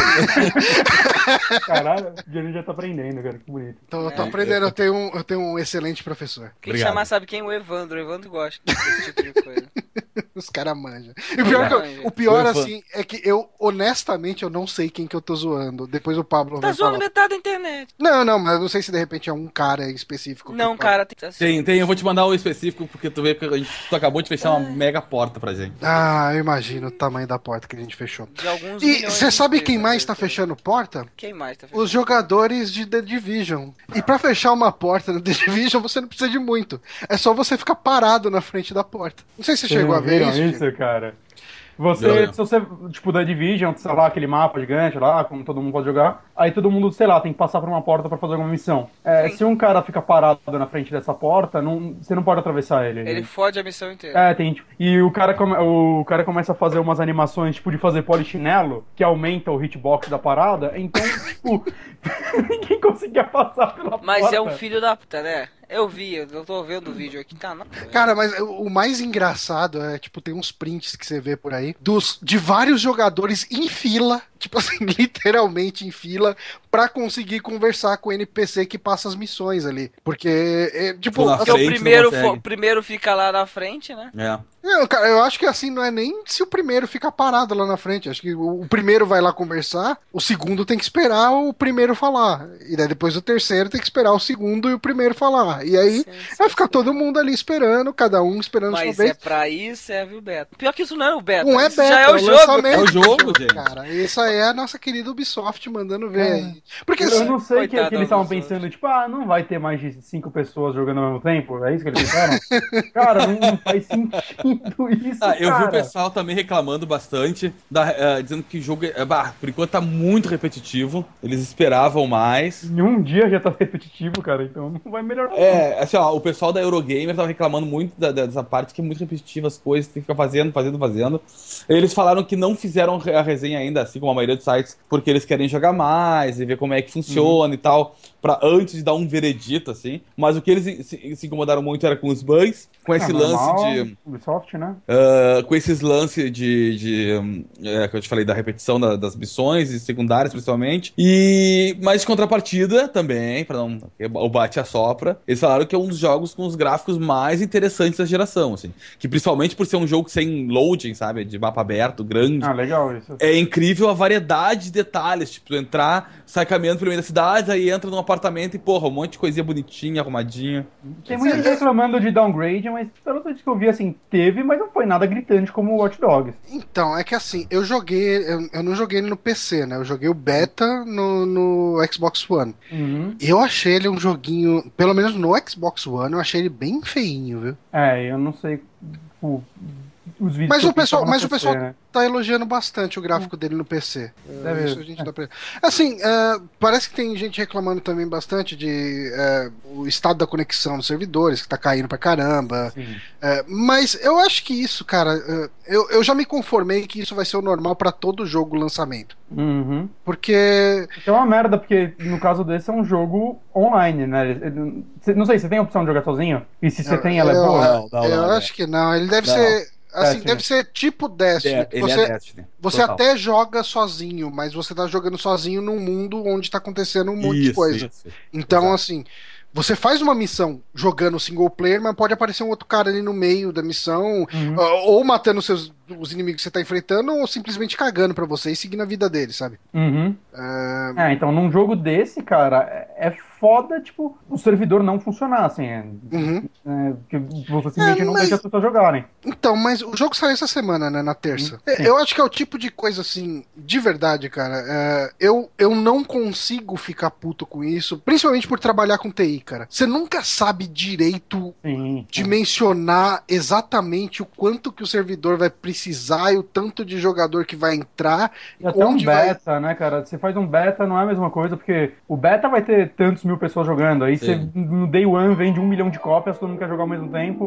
Caralho, o Johnny já tá aprendendo, cara, que bonito. Tô, tô É. aprendendo, eu tenho, um, eu tenho um excelente professor. Quem Obrigado. chamar sabe quem? O Evandro. O Evandro gosta desse tipo de coisa. Os caras manjam. E o pior, que eu- o pior O Evan- assim, é que eu, honestamente, eu não sei quem que eu tô zoando. Depois o Pablo Tá vai zoando falar. metade da internet. Não, não, mas eu não sei se de repente é um cara específico. que Não, o Pablo- cara, tem assim. Tem, tem, eu vou te mandar um específico, porque tu vê que a gente tu acabou de fechar uma mega porta pra gente. Ah, eu imagino o tamanho da porta que a gente fechou. De alguns E milhões você de sabe inscritos, quem mais né? tá fechando porta? Quem mais tá fechando? Os jogadores de The Division. E pra fechar uma porta no The Division, você não precisa de muito. É só você ficar parado na frente da porta. Não sei se você Vocês chegou a não ver viram isso. isso, Diego. cara? Você, Não, não. se você, tipo, da Division, sei lá, aquele mapa gigante lá, como todo mundo pode jogar, aí todo mundo, sei lá, tem que passar por uma porta pra fazer alguma missão. É, Sim. se um cara fica parado na frente dessa porta, não, você não pode atravessar ele. Ele fode a missão inteira. É, tem, tipo, e o cara, come, o cara começa a fazer umas animações, tipo, de fazer polichinelo, que aumenta o hitbox da parada, então, tipo, ninguém conseguia passar pela Mas porta. é um filho da puta, né? Eu vi, eu tô vendo o vídeo aqui, tá? Não, Cara, mas o mais engraçado é, tipo, tem uns prints que você vê por aí dos, de vários jogadores em fila, tipo assim, literalmente em fila, pra conseguir conversar com o N P C que passa as missões ali. Porque, é, tipo, Tô na assim, Porque o frente, não primeiro, consegue. fo- primeiro fica lá na frente, né? É. não, cara, eu acho que assim, não é nem se o primeiro ficar parado lá na frente. Acho que o, o primeiro vai lá conversar, o segundo tem que esperar o primeiro falar. E daí depois o terceiro tem que esperar o segundo e o primeiro falar. E aí Sim, sim, vai ficar sim. todo mundo ali esperando, cada um esperando Mas sua é vez. pra isso serve o beta. Pior que isso não é o beta. Não é isso beta, já é o jogo. lançamento É o do jogo, gente. Cara, isso aí é a nossa querida Ubisoft mandando ver Cara, aí. Porque Eu assim, não sei o que, Coitado que eles da estavam Ubisoft. pensando, tipo, ah, não vai ter mais de cinco pessoas jogando ao mesmo tempo? É isso que eles pensaram? Cara, não, não faz sentido isso, Ah, eu vi o cara. pessoal também reclamando bastante, da- eh, dizendo que o jogo, é- bah, por enquanto tá muito repetitivo, eles esperavam mais. Em um dia já tá repetitivo, cara, então não vai melhorar. É, assim, ó, o pessoal da Eurogamer tava reclamando muito da- da- dessa parte, que é muito repetitiva as coisas, tem que ficar fazendo, fazendo, fazendo. Eles falaram que não fizeram a resenha ainda, assim como a maioria dos sites, porque eles querem jogar mais e ver como é que funciona e tal, pra antes de dar um veredito, assim. Mas o que eles se, se incomodaram muito era com os bugs, com esse É lance normal, de... Ubisoft, né? Uh, com esses lances de, de hum, é, que eu te falei da repetição da- das missões e secundárias principalmente, e mas de contrapartida também, para não o bate a sopra, eles falaram que é um dos jogos com os gráficos mais interessantes da geração, assim, que principalmente por ser um jogo sem loading, sabe, de mapa aberto, grande, Ah, legal isso. é incrível a variedade de detalhes, tipo, entrar, sai caminhando pelo meio da cidade, aí entra num apartamento e, porra, um monte de coisinha bonitinha, arrumadinha. Tem muita gente reclamando de downgrade, mas pelo menos que eu vi, assim, teve, mas não foi nada gritante como o Watch Dogs. então, é que assim, eu joguei, eu, eu não joguei ele no P C, né? Eu joguei o beta no, no Xbox One. Uhum. Eu achei ele um joguinho, pelo menos no Xbox One, eu achei ele bem feinho, viu? É, eu não sei tipo, os vídeos Mas que eu o pessoal, vi mas o estavam no pessoal P C, né? tá elogiando bastante o gráfico dele no P C. É, Deve- isso a gente dá pra... Assim, é, parece que tem gente reclamando também bastante de é, o estado da conexão dos servidores, que tá caindo pra caramba. Sim. É, mas eu acho que isso, cara, é, eu, eu já me conformei que isso vai ser o normal pra todo jogo lançamento. Uhum. Porque. Que é uma merda, porque no caso desse é um jogo online, né? Ele- cê- Não sei, você tem a opção de jogar sozinho? E se você tem, ela é eu, boa? Não, não, eu não, acho que não. Ele deve Não. ser. Assim, Destiny. deve ser tipo Destiny. É, que ele você, é Destiny. você Total. até joga sozinho, mas você tá jogando sozinho num mundo onde tá acontecendo um monte de Isso, coisa. isso. Então, Exato. assim, você faz uma missão jogando single player, mas pode aparecer um outro cara ali no meio da missão, Uhum. ah, ou matando seus, os inimigos que você tá enfrentando, ou simplesmente cagando pra você e seguindo a vida dele, sabe? Uhum. Ah, É, então num jogo desse, cara, é é foda, tipo, o servidor não funcionar, assim. É, uhum. é, que você simplesmente É, não mas- deixa as pessoas jogarem. Então, mas o jogo saiu essa semana, né? Na terça. Sim. É, Eu acho que é o tipo de coisa assim, de verdade, cara. é, eu, eu não consigo ficar puto com isso, principalmente por trabalhar com T I, cara. Você nunca sabe direito Sim. dimensionar exatamente o quanto que o servidor vai precisar e o tanto de jogador que vai entrar. E até um onde vai- beta, né, cara? Você faz um beta, não é a mesma coisa, porque o beta vai ter tantos mil pessoas jogando. Aí você, Sim. no day one, vende um milhão de cópias, todo mundo quer jogar ao mesmo tempo.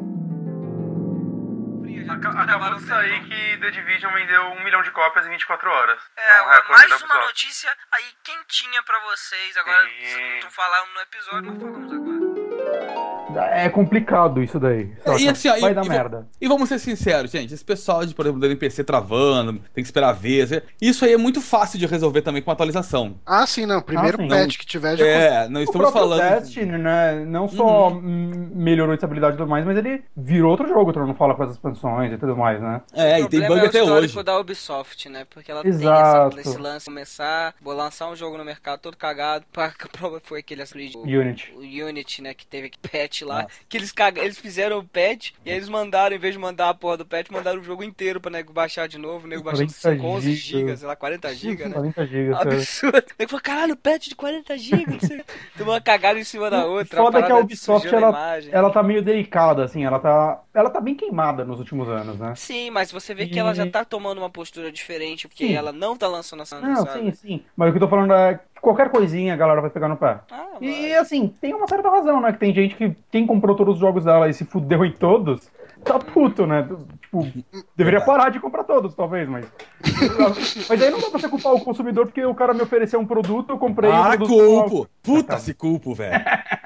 Acabou de sair que The Division vendeu um milhão de cópias em vinte e quatro horas. É, um recorde mais da uma Ubisoft. notícia aí quentinha pra vocês. Agora, Sim. tu falaram no episódio, não falamos agora. É complicado isso daí. É, e assim, ó, vai e, dar e, merda. E vamos ser sinceros, gente. Esse pessoal de, por exemplo, do N P C travando, tem que esperar ver. Isso aí é muito fácil de resolver também com atualização. Ah, sim, não. Primeiro Ah, sim. patch que tiver já. É, não O estamos próprio falando. teste, né, não só hum, melhorou a estabilidade e tudo mais, mas ele virou outro jogo, todo mundo fala com as expansões e tudo mais, né? É, O e tem problema bug é o até histórico hoje. da Ubisoft, né? Porque ela Exato. tem essa, esse lance de começar, vou lançar um jogo no mercado todo cagado. A prova foi aquele Assassin's Creed, Unity. o, o Unity, né? Que teve patch lá. Nossa. Que eles, caga, eles fizeram o patch e aí eles mandaram, em vez de mandar a porra do patch, mandaram o jogo inteiro pra nego baixar de novo. O nego baixando quarenta onze gigas. gigas, sei lá, quarenta gigas, né? quarenta gigas, cara. Absurdo. Eu falei, caralho, patch de quarenta gigas. Tem uma cagada em cima da outra. Foda uma que a parada Ubisoft, sujando a ela, imagem. ela tá meio delicada, assim, ela tá, ela tá bem queimada nos últimos anos, né? Sim, mas você vê que E- ela já tá tomando uma postura diferente, porque Sim. ela não tá lançando essa Não, sabe? sim, sim. Mas o que eu tô falando é que qualquer coisinha a galera vai pegar no pé. Ah, E mas- assim, tem uma certa razão, né? Que tem gente que quem comprou todos os jogos dela e se fudeu em todos, tá puto, né? Tipo, deveria parar de comprar todos, talvez, mas. Mas aí não dá pra você culpar o consumidor porque o cara me ofereceu um produto, eu comprei Ah, o produto. culpo! Puta se culpo, velho.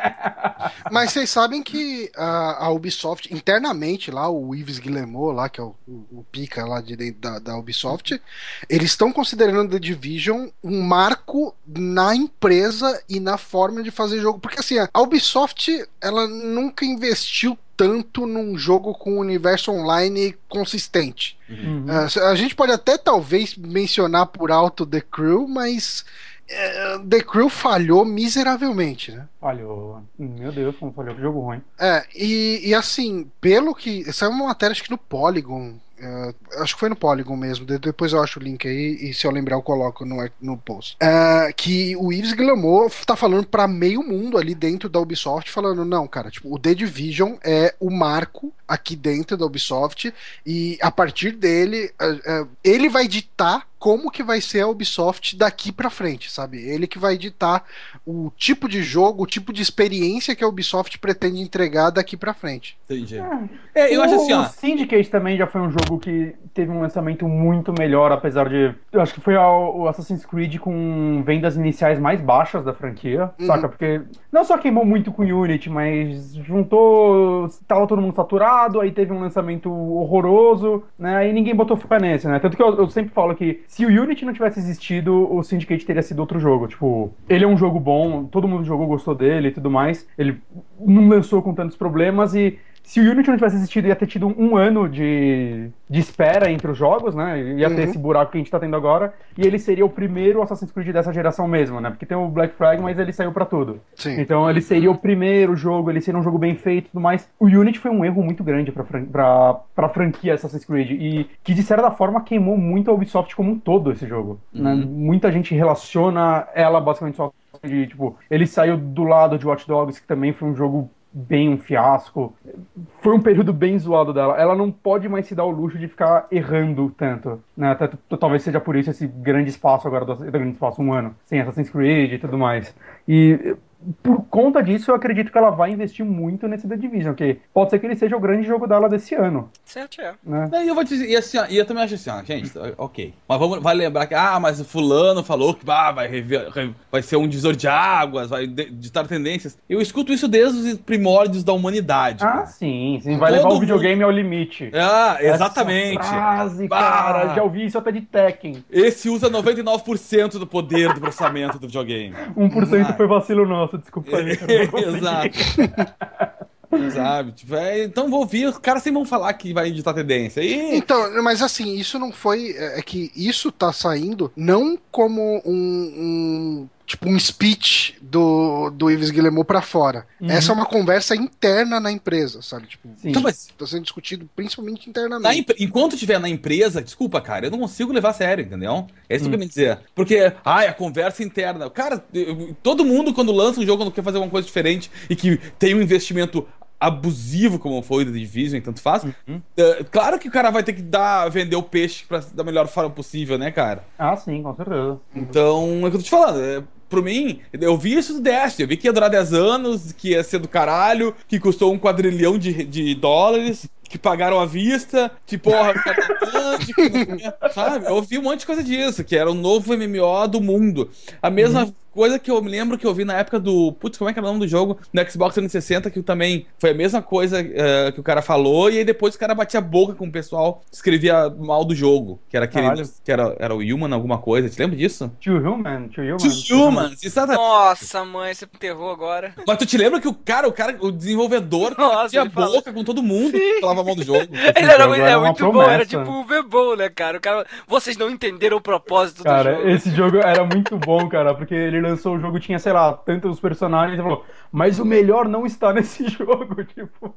Mas vocês sabem que a, a Ubisoft, internamente lá, o Yves Guillemot, lá, que é o, o, o pica lá de dentro da, da Ubisoft, eles estão considerando The Division um marco na empresa e na forma de fazer jogo. Porque assim, a Ubisoft, ela nunca investiu tanto num jogo com um universo online consistente. Uhum. Uh, a gente pode até talvez mencionar por alto The Crew, mas uh, The Crew falhou miseravelmente, né? Falhou. Meu Deus, como falhou, que jogo ruim. É, e, e assim, pelo que. Saiu uma matéria, acho que no Polygon. Uh, acho que foi no Polygon mesmo. de- Depois eu acho o link aí. E se eu lembrar, eu coloco no, ar- no post. Uh, que o Yves Guillemot tá falando pra meio mundo ali dentro da Ubisoft. Falando, não, cara, tipo, o The Division é o marco aqui dentro da Ubisoft. E a partir dele, uh, uh, ele vai ditar como que vai ser a Ubisoft daqui pra frente, sabe? Ele que vai ditar o tipo de jogo, o tipo de experiência que a Ubisoft pretende entregar daqui pra frente. Entendi. É, eu acho assim, O ó. Syndicate também já foi um jogo que teve um lançamento muito melhor, apesar de. Eu acho que foi ao- o Assassin's Creed com vendas iniciais mais baixas da franquia, Uhum. saca? Porque não só queimou muito com Unity, mas juntou. Tava todo mundo saturado, aí teve um lançamento horroroso, né? Aí ninguém botou fé nesse, né? Tanto que eu, eu sempre falo que se o Unity não tivesse existido, o Syndicate teria sido outro jogo. Tipo, ele é um jogo bom, todo mundo jogou, gostou dele e tudo mais. Ele não lançou com tantos problemas e. Se o Unity não tivesse existido, ia ter tido um, um ano de, de espera entre os jogos, né? Ia ter Uhum. esse buraco que a gente tá tendo agora. E ele seria o primeiro Assassin's Creed dessa geração mesmo, né? Porque tem o Black Flag, mas ele saiu pra tudo. Sim. Então ele seria o primeiro jogo, ele seria um jogo bem feito e tudo mais. O Unity foi um erro muito grande pra, fran- pra, pra franquia Assassin's Creed. E que, de certa forma, queimou muito a Ubisoft como um todo esse jogo. Né? Muita gente relaciona ela basicamente só de, tipo, ele saiu do lado de Watch Dogs, que também foi um jogo bem um fiasco. Foi um período bem zoado dela. Ela não pode mais se dar o luxo de ficar errando tanto, né? Até, t- talvez seja por isso esse grande espaço agora, do, do grande espaço um ano, sem Assassin's Creed e tudo mais. E por conta disso, eu acredito que ela vai investir muito nesse The Division, que pode ser que ele seja o grande jogo dela desse ano, Certo, é. né? E eu vou te dizer, e assim, ó, e eu também acho assim, ó, gente, ok. Mas vamos, vai lembrar que, ah, mas o fulano falou que ah, vai, rever- re- vai ser um divisor de águas, vai de- ditar tendências. Eu escuto isso desde os primórdios da humanidade. Ah, cara. sim, sim. Vai Todo levar o mundo- videogame ao limite. Ah, exatamente. Essa frase, Bah! cara, já ouvi isso até de Tekken. Esse usa noventa e nove por cento do poder do processamento do videogame. um por cento Vai. foi vacilo nosso, desculpa aí. eu não consegui. Exato. Sabe? Tipo, é, então vou ouvir, os caras sempre vão falar que vai editar tendência. E Então, mas assim, isso não foi. É é que isso tá saindo não como um. um tipo, um speech do, do Yves Guillemot pra fora. Uhum. Essa é uma conversa interna na empresa, sabe? Tipo, Sim. Então, mas tá sendo discutido principalmente na internamente. empre- enquanto tiver na empresa, desculpa, cara, eu não consigo levar a sério, entendeu? É isso que Hum. eu quero me dizer. Porque, ai, a conversa interna. Cara, eu- todo mundo, quando lança um jogo, quando quer fazer alguma coisa diferente e que tem um investimento abusivo, como foi o The Division, tanto faz. Uhum. é, claro que o cara vai ter que dar, vender o peixe pra, da melhor forma possível, né, cara? Ah, sim, com certeza. Então, é o que eu tô te falando. É, pro mim, eu vi isso do Destiny. Eu vi que ia durar dez anos, que ia ser do caralho, que custou um quadrilhão de, de dólares, que pagaram à vista, que porra, fica grande, que não sei o quê, sabe? Eu ouvi um monte de coisa disso, que era o novo M M O do mundo. A mesma coisa que eu me lembro que eu vi na época do... Putz, como é que era o nome do jogo? No Xbox trezentos e sessenta, que também foi a mesma coisa uh, que o cara falou, e aí depois o cara batia a boca com o pessoal que escrevia mal do jogo. Que era aquele... Caralho. Que era, era o Human alguma coisa. Te lembra disso? Tio Human, Tio Human. Tio Human, exatamente. Nossa, mãe, você me enterrou agora. Mas tu te lembra que o cara, o cara, o desenvolvedor, Nossa, batia a ele fala- boca com todo mundo que falava mal do jogo. Ele era, jogo muito- era é uma muito bom, promessa. era tipo o V-Bom, né, cara? O cara? Vocês não entenderam o propósito do Cara, jogo. esse jogo era muito bom, cara, porque ele lançou o jogo, tinha, sei lá, tantos personagens, e falou, mas o melhor não está nesse jogo, tipo...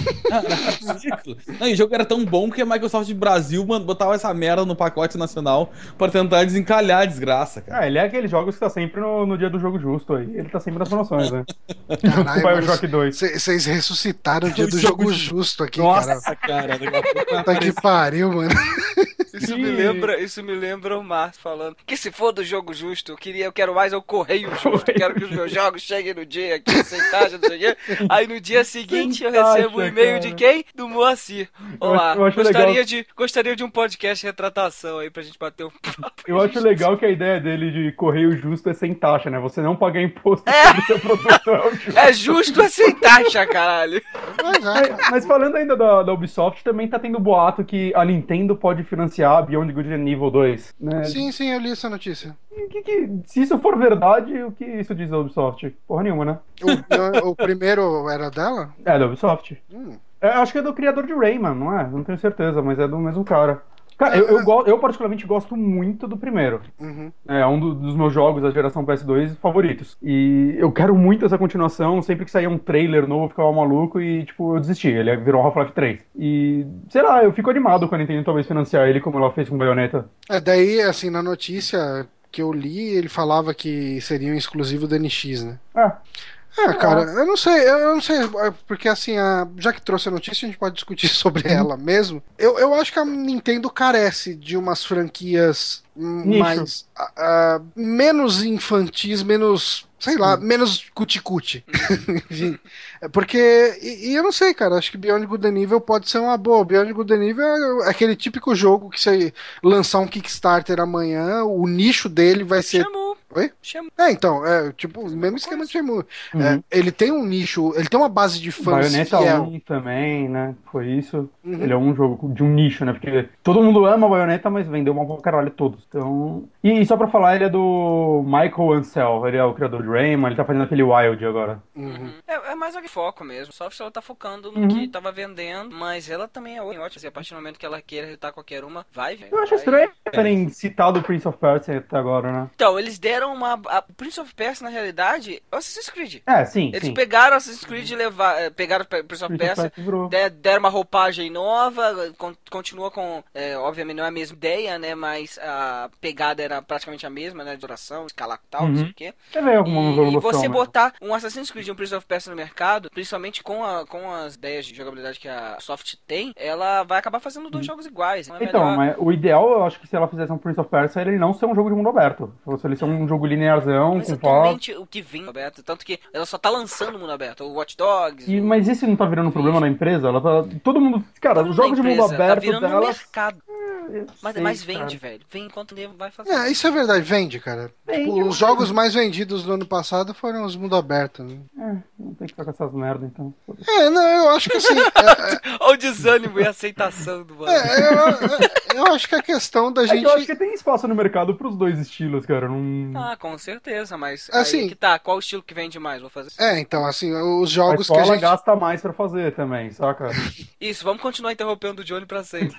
Ridículo. Não, e o jogo era tão bom que a Microsoft Brasil mano, botava essa merda no pacote nacional pra tentar desencalhar a desgraça, cara. Ah, ele é aqueles jogos que tá sempre no, no dia do jogo justo aí, ele tá sempre nas promoções, né? Junto Caralho, com o Bioshock mas dois. Vocês ressuscitaram o dia O do jogo jogo ju- justo aqui, cara. Nossa, cara. daqui a pouco vai Tá que aparecer. pariu, mano. Isso me lembra, isso me lembra o Márcio falando que se for do jogo justo, eu queria, eu quero mais é o correio justo, quero que os meus jogos cheguem no dia aqui, sem taxa, não sei o quê. Aí no dia seguinte eu Sem taxa, recebo um e-mail de cara. quem? Do Moacir. Olá, eu acho gostaria legal. de, gostaria de um podcast retratação aí pra gente bater um papo. Eu acho legal que a ideia dele de correio justo é sem taxa, né? Você não pagar imposto sobre seu produto é o justo. É justo é sem taxa, caralho. Mas, é, Mas, mas falando ainda da, da Ubisoft, também tá tendo boato que a Nintendo pode financiar Beyond Good and Evil dois, né? sim, sim, eu li essa notícia. E que que- se isso for verdade, o que isso diz da Ubisoft? Porra nenhuma, né? O, o primeiro era dela? É, da Ubisoft. Hum. É, acho que é do criador de Rayman, não é? Não tenho certeza, mas é do mesmo cara. Cara, eu, eu, go- eu particularmente gosto muito do primeiro. Uhum. É um do- dos meus jogos da geração P S dois favoritos. E eu quero muito essa continuação. Sempre que saía um trailer novo, eu ficava maluco e, tipo, eu desisti. Ele virou Half-Life três. E, sei lá, eu fico animado com a Nintendo talvez financiar ele como ela fez com Bayonetta. É, daí, assim, na notícia que eu li, ele falava que seria um exclusivo da N X, né? Ah, É, cara, eu não sei, eu não sei, porque assim, a- já que trouxe a notícia, a gente pode discutir sobre ela mesmo. Eu, eu acho que a Nintendo carece de umas franquias hum, Nicho. mais. ah, ah, menos infantis, menos. Sei lá, menos cuti-cuti. Enfim. É porque. E, e eu não sei, cara, acho que Beyond Good and Evil pode ser uma boa. Beyond Good and Evil é aquele típico jogo que se lançar um Kickstarter amanhã, o nicho dele vai ser. Chamou. Oi? Chamou. É, então, é tipo o mesmo esquema de Shenmue. Uhum. É, ele tem um nicho, ele tem uma base de fãs Bayonetta fiel. um também, né? Foi isso. Uhum. Ele é um jogo de um nicho, né? Porque todo mundo ama Bayonetta, mas vendeu mal pra caralho todos. Então... E, e só pra falar, ele é do Michael Ansel. Ele é o criador de Rayman, ele tá fazendo aquele Wild agora. Uhum. É, é mais aquele foco mesmo. A Soft ela tá focando no Uhum. que tava vendendo, mas ela também é ótima. Assim, a partir do momento que ela queira irritar qualquer uma, vai, velho. Eu acho vai. estranho terem citado o Prince of Persia até agora, né? Então, eles deram uma. A Prince of Persia, na realidade, é o Assassin's Creed. É, sim, Eles sim. pegaram Assassin's Creed e levaram. Pegaram o Prince of Prince of Persia. Persia virou. de- Deram uma roupagem nova, con- continua com, é, obviamente não é a mesma ideia, né, mas a pegada era praticamente a mesma, né, de duração, escalar e tal, não sei Uhum. o quê. Você vê alguma E, e evolução, você né? botar um Assassin's Creed e um Prince of Persia no mercado, principalmente com, a, com as ideias de jogabilidade que a Soft tem, ela vai acabar fazendo dois jogos iguais. Não é Então, melhor... mas o ideal, eu acho que se ela fizesse um Prince of Persia, ele não ser um jogo de mundo aberto. Se ele ser um jogo linearzão, Mas com fase. atualmente o que vem aberto, tanto que ela só tá lançando o mundo aberto, o Watch Dogs. E, o- mas isso não tá virando um problema na empresa? Ela tá. Todo mundo. Cara, Tudo os na jogos de mundo empresa, aberto tá virando um dela. mercado. eu Mas, sei, mas cara. vende, velho. Vem enquanto o nego vai fazer. É, isso é verdade, vende, cara. Vende, Tipo, mas- os jogos mais vendidos do ano passado foram os mundo aberto. Né? É, não tem que ficar com essas merda, então. É, não, eu acho que assim. é, Olha o desânimo e a aceitação do mano. é, é, eu, eu acho que a questão da É que gente. eu acho que tem espaço no mercado pros dois estilos, cara. Não. Ah, com certeza, mas Assim- aí que tá, qual o estilo que vende mais? Vou fazer É, então, assim, os A jogos que a escola gente. gasta mais pra fazer também, saca? isso, vamos continuar interrompendo o Johnny pra sempre.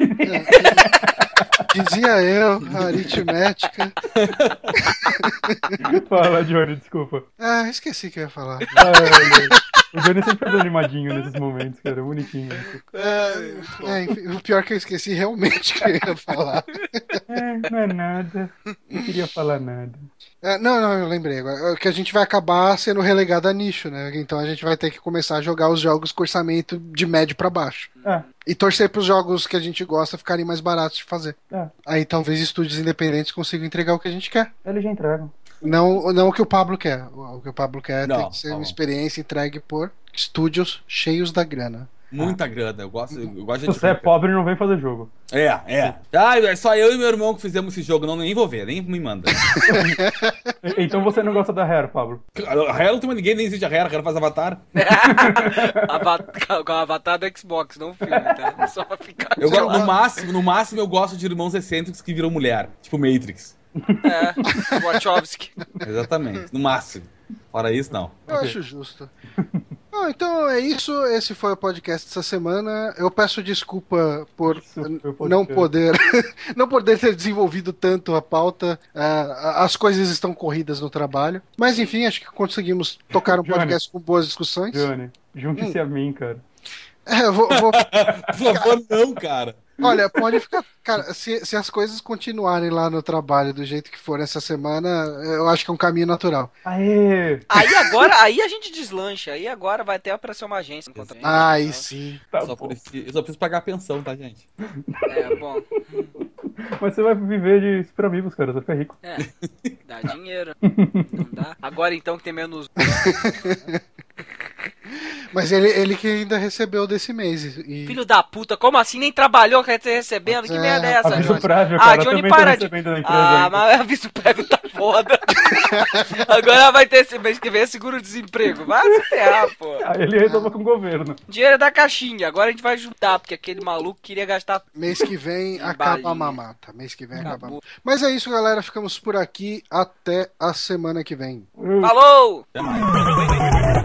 Dizia eu, a aritmética. Fala, Johnny, desculpa. Ah, esqueci o que eu ia falar. Ah, o Johnny sempre faz animadinho nesses momentos, cara. Bonitinho. É, é, enfim, o pior é que eu esqueci realmente o que eu ia falar. É, não é nada. Não queria falar nada. É, não, não, eu lembrei agora. É que a gente vai acabar sendo relegado a nicho, né? Então a gente vai ter que começar a jogar os jogos com orçamento de médio pra baixo. É, E torcer pros jogos que a gente gosta ficarem mais baratos de fazer. é. Aí talvez estúdios independentes consigam entregar o que a gente quer. Eles já entregam. Não, não o que o Pablo quer. O que o Pablo quer Não, tem que ser não. uma experiência entregue por estúdios cheios da grana. Muita grana, eu gosto, eu gosto de Se gente você é rica. pobre, não vem fazer jogo. É, é. Ah, é só eu e meu irmão que fizemos esse jogo, não nem vou ver, nem me manda. E- Então você não gosta da Rare, Pablo? A Rare não tem mais ninguém, nem existe a Rare, a Rare faz Avatar. Avatar, com o avatar do Xbox, não o filme, tá? Só pra ficar. Eu, Sei go- lá. no, máximo, no máximo eu gosto de irmãos excêntricos que viram mulher, tipo Matrix. É, Wachowski. Exatamente, no máximo. Fora isso, não. Eu acho justo. Ah, então é isso. Esse foi o podcast dessa semana. Eu peço desculpa por Isso foi o podcast. não poder não poder ter desenvolvido tanto a pauta. Ah, as coisas estão corridas no trabalho. Mas enfim, acho que conseguimos tocar um Johnny. podcast com boas discussões. Johnny, junte-se a mim, cara. É, eu vou, vou- Por favor, não, cara. olha, pode ficar. Cara, se, se as coisas continuarem lá no trabalho do jeito que for essa semana, eu acho que é um caminho natural. Aê! Aí agora, aí a gente deslancha. Aí agora vai até aparecer uma agência. Contra a gente, Ai, tá? sim. Tá Só bom. preciso, eu só preciso pagar a pensão, tá, gente? É, bom. Mas você vai viver de super amigos, cara. Você vai ficar rico. É, dá dinheiro. Não dá? Agora então que tem menos. Mas ele, ele que ainda recebeu desse mês. E... Filho da puta, como assim? Nem trabalhou, quer ter recebendo? Que É, merda é essa, Aviso Johnny? prévio, Ah, cara. Johnny, também para tô de. recebendo da empresa. Ah, aí. mas aviso prévio tá foda. Agora vai ter esse mês que vem é seguro-desemprego. Vai se ferrar, pô. Aí ele resolve com o governo. Dinheiro é da caixinha, agora a gente vai juntar, porque aquele maluco queria gastar. Mês que vem Balinha. acaba a mamata. Mês que vem acaba a Acabou. mamata. Mas é isso, galera. Ficamos por aqui. Até a semana que vem. Falou! Até mais.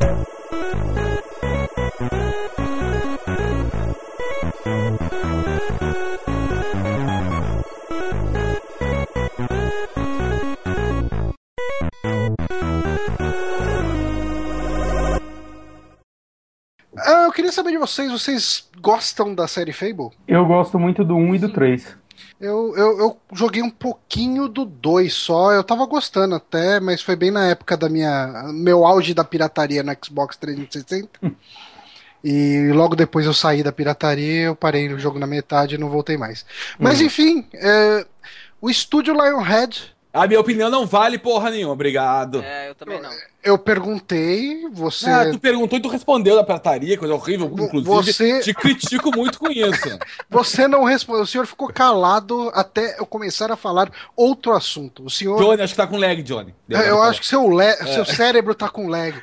Ah, eu queria saber de vocês. Vocês gostam da série Fable? Eu gosto muito do um e do três. Eu, eu, eu joguei um pouquinho do dois só. Eu tava gostando até, mas foi bem na época da minha meu auge da pirataria no Xbox trezentos e sessenta. E logo depois eu saí da pirataria, eu parei o jogo na metade e não voltei mais. Mas enfim, é, o estúdio Lionhead, A minha opinião não vale porra nenhuma, obrigado. É, eu também não. eu perguntei, você. Ah, tu perguntou e tu respondeu da pirataria, coisa horrível, Vo- inclusive. você- Te critico muito com isso. Você não respondeu, o senhor ficou calado até eu começar a falar outro assunto. O senhor. Johnny, acho que tá com lag, Johnny. É, eu acho que seu, le... seu cérebro tá com lag.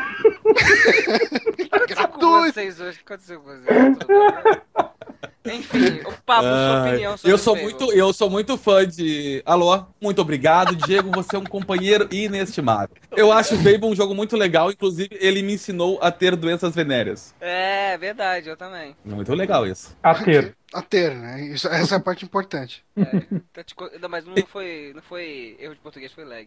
O que aconteceu com doido. vocês hoje? O que aconteceu com vocês? Enfim, o Pablo, sua Ai, opinião sobre eu sou Fable. muito, eu sou muito fã de. Alô, muito obrigado, Diego. Você é um companheiro inestimável. Eu acho o Fable um jogo muito legal, inclusive ele me ensinou a ter doenças venéreas. É, verdade, eu também. Muito legal isso. A ter. A ter, né? Isso, essa é a parte importante. É, tá te co- não, mas não foi, não foi erro de português, foi lag.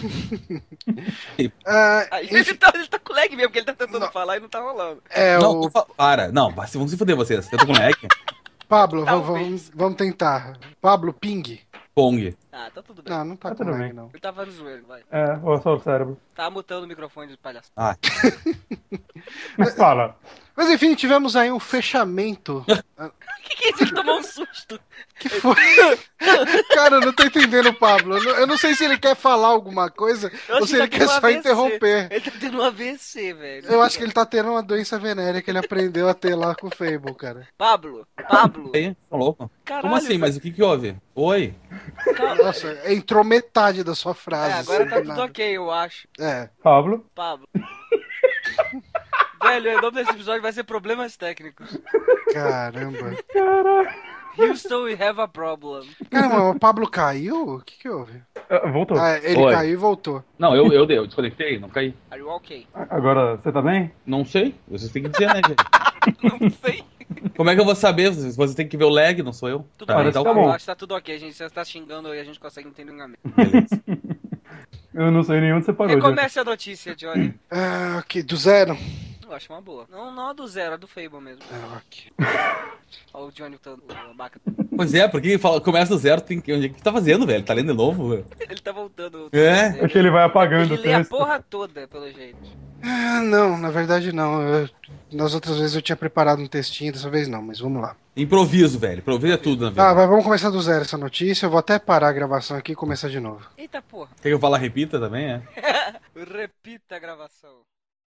Ah, Ah, enfim, ele, tá, ele tá com lag mesmo, porque ele tá tentando Não. falar e não tá rolando. é, Não, o tu fa- para. Não, vão se fuder vocês. Eu tô com lag. Pablo, va- Talvez. vamos, vamos tentar. Pablo, ping. Pong. Ah, tá tudo bem. Não, não tá Tá com tudo lag, bem. não. Ele tava zoando, vai. É, ou só o cérebro. Tá mutando o microfone de palhaço. Ah, Mas fala. Mas enfim, tivemos aí um fechamento. O que que é isso? Ele tomou um susto. Que foi? Cara, eu não tô entendendo o Pablo. Eu não, eu não sei se ele quer falar alguma coisa Eu ou acho se que ele tá quer tendo um só A V C. interromper. Ele tá tendo um A V C, velho. Eu acho que ele tá tendo uma doença venérea que ele aprendeu a ter lá com o Fable, cara. Pablo, Pablo. aí, tá louco? Caralho, Como assim? Mas o que que houve? Oi? calma. Nossa, entrou metade da sua É, frase. agora assim, tá do tudo nada. ok, eu acho. É. Pablo. Pablo. Velho, o nome desse episódio vai ser Problemas Técnicos. Caramba. Houston, we have a problem. Caramba, o Pablo caiu? O que que houve? Ah, voltou. Ah, ele Oi. caiu e voltou. Não, eu, eu, eu desconectei, não caí. Are you okay? Agora, você tá bem? Não sei. Vocês têm que dizer, né, gente? Não sei. Como é que eu vou saber? Vocês vocês têm que ver o lag, não sou eu. Tudo Tá, bem, então tá tá bom. bom. Acho que tá tudo ok. A gente já tá xingando e a gente consegue entender um amigo. Beleza. Eu não sei nem onde você parou. Jeff. Recomece a notícia, Johnny. Ah, ok, do zero. Eu acho uma boa. Não, não a do zero, a do Fable mesmo. Ah, ok. Ó, o Johnny, tá- o abaca. Pois é, porque fala- começa do zero, tem que. Onde é que tá fazendo, velho? Tá lendo de novo, velho? Ele tá voltando. É? É que ele vai apagando Ele o lê a texto. porra toda, pelo jeito. Ah, não, na verdade não. Eu- nas outras vezes eu tinha preparado um textinho, dessa vez não, mas vamos lá. Improviso, velho. Improviso é tudo na vida. Ah, mas vamos começar do zero essa notícia. Eu vou até parar a gravação aqui e começar de novo. Eita porra. Quer que eu fale repita também, é? Repita a gravação.